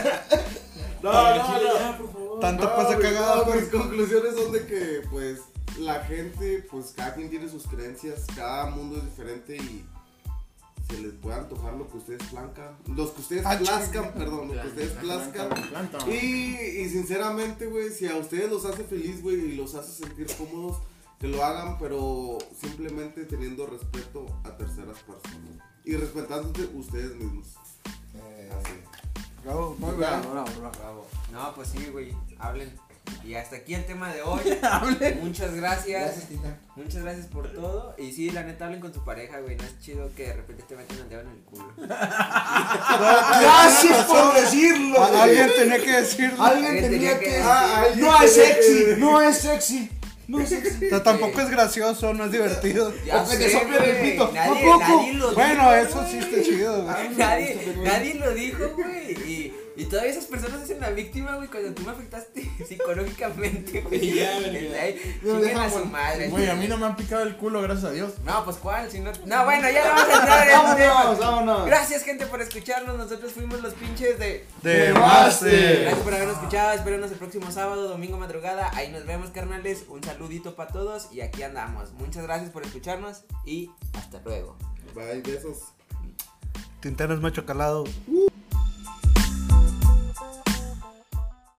No, no, no. Tanto No, pasa güey, cagado, no, güey. mis conclusiones son de que, pues, la gente, pues, cada quien tiene sus creencias, cada mundo es diferente y se les puede antojar lo que ustedes plancan, los que ustedes Ah, plazcan, perdón, lo que ustedes plazcan. Planta. Y, y sinceramente, güey, si a ustedes los hace feliz, güey, y los hace sentir cómodos, que lo hagan, pero simplemente teniendo respeto a terceras personas y respetándose ustedes mismos. Así. Bravo, Muy bravo. bien, bravo, bravo. Bravo. No, pues sí, güey, hablen. Y hasta aquí el tema de hoy. Hablen. Muchas gracias. Gracias, Tita. Muchas gracias por todo. Y sí, la neta, hablen con su pareja, güey. No es chido que de repente te metan el dedo en el culo. Gracias por decirlo. A- Alguien tenía que decirlo. Alguien Alguien tenía tenía que que decir. Ah, alguien No es tenía que- sexy, no es sexy. No es sexy. O sea, tampoco es gracioso, no es divertido. Ya O que te sé, soplen el güey. pito. Nadie, ¿A poco? nadie lo Bueno, dijo, eso güey. sí está chido, güey. Nadie, nadie lo dijo, güey. Y, y todavía esas personas hacen la víctima, güey, cuando tú me afectaste psicológicamente, güey. Ya, verga. Ay, No, chinguen a dejamos. su madre. Güey, a mí no me han picado el culo, gracias a Dios. No, pues cuál, si no. No, bueno, ya vamos a entrar en el Vámonos, tema. vámonos. Gracias, gente, por escucharnos. Nosotros fuimos los pinches de. De Master. Gracias por habernos escuchado. Espérenos el próximo sábado, domingo, madrugada. Ahí nos vemos, carnales. Un saludito para todos. Y aquí andamos. Muchas gracias por escucharnos. Y hasta luego. Bye, besos. Tintanos macho calado. Uh.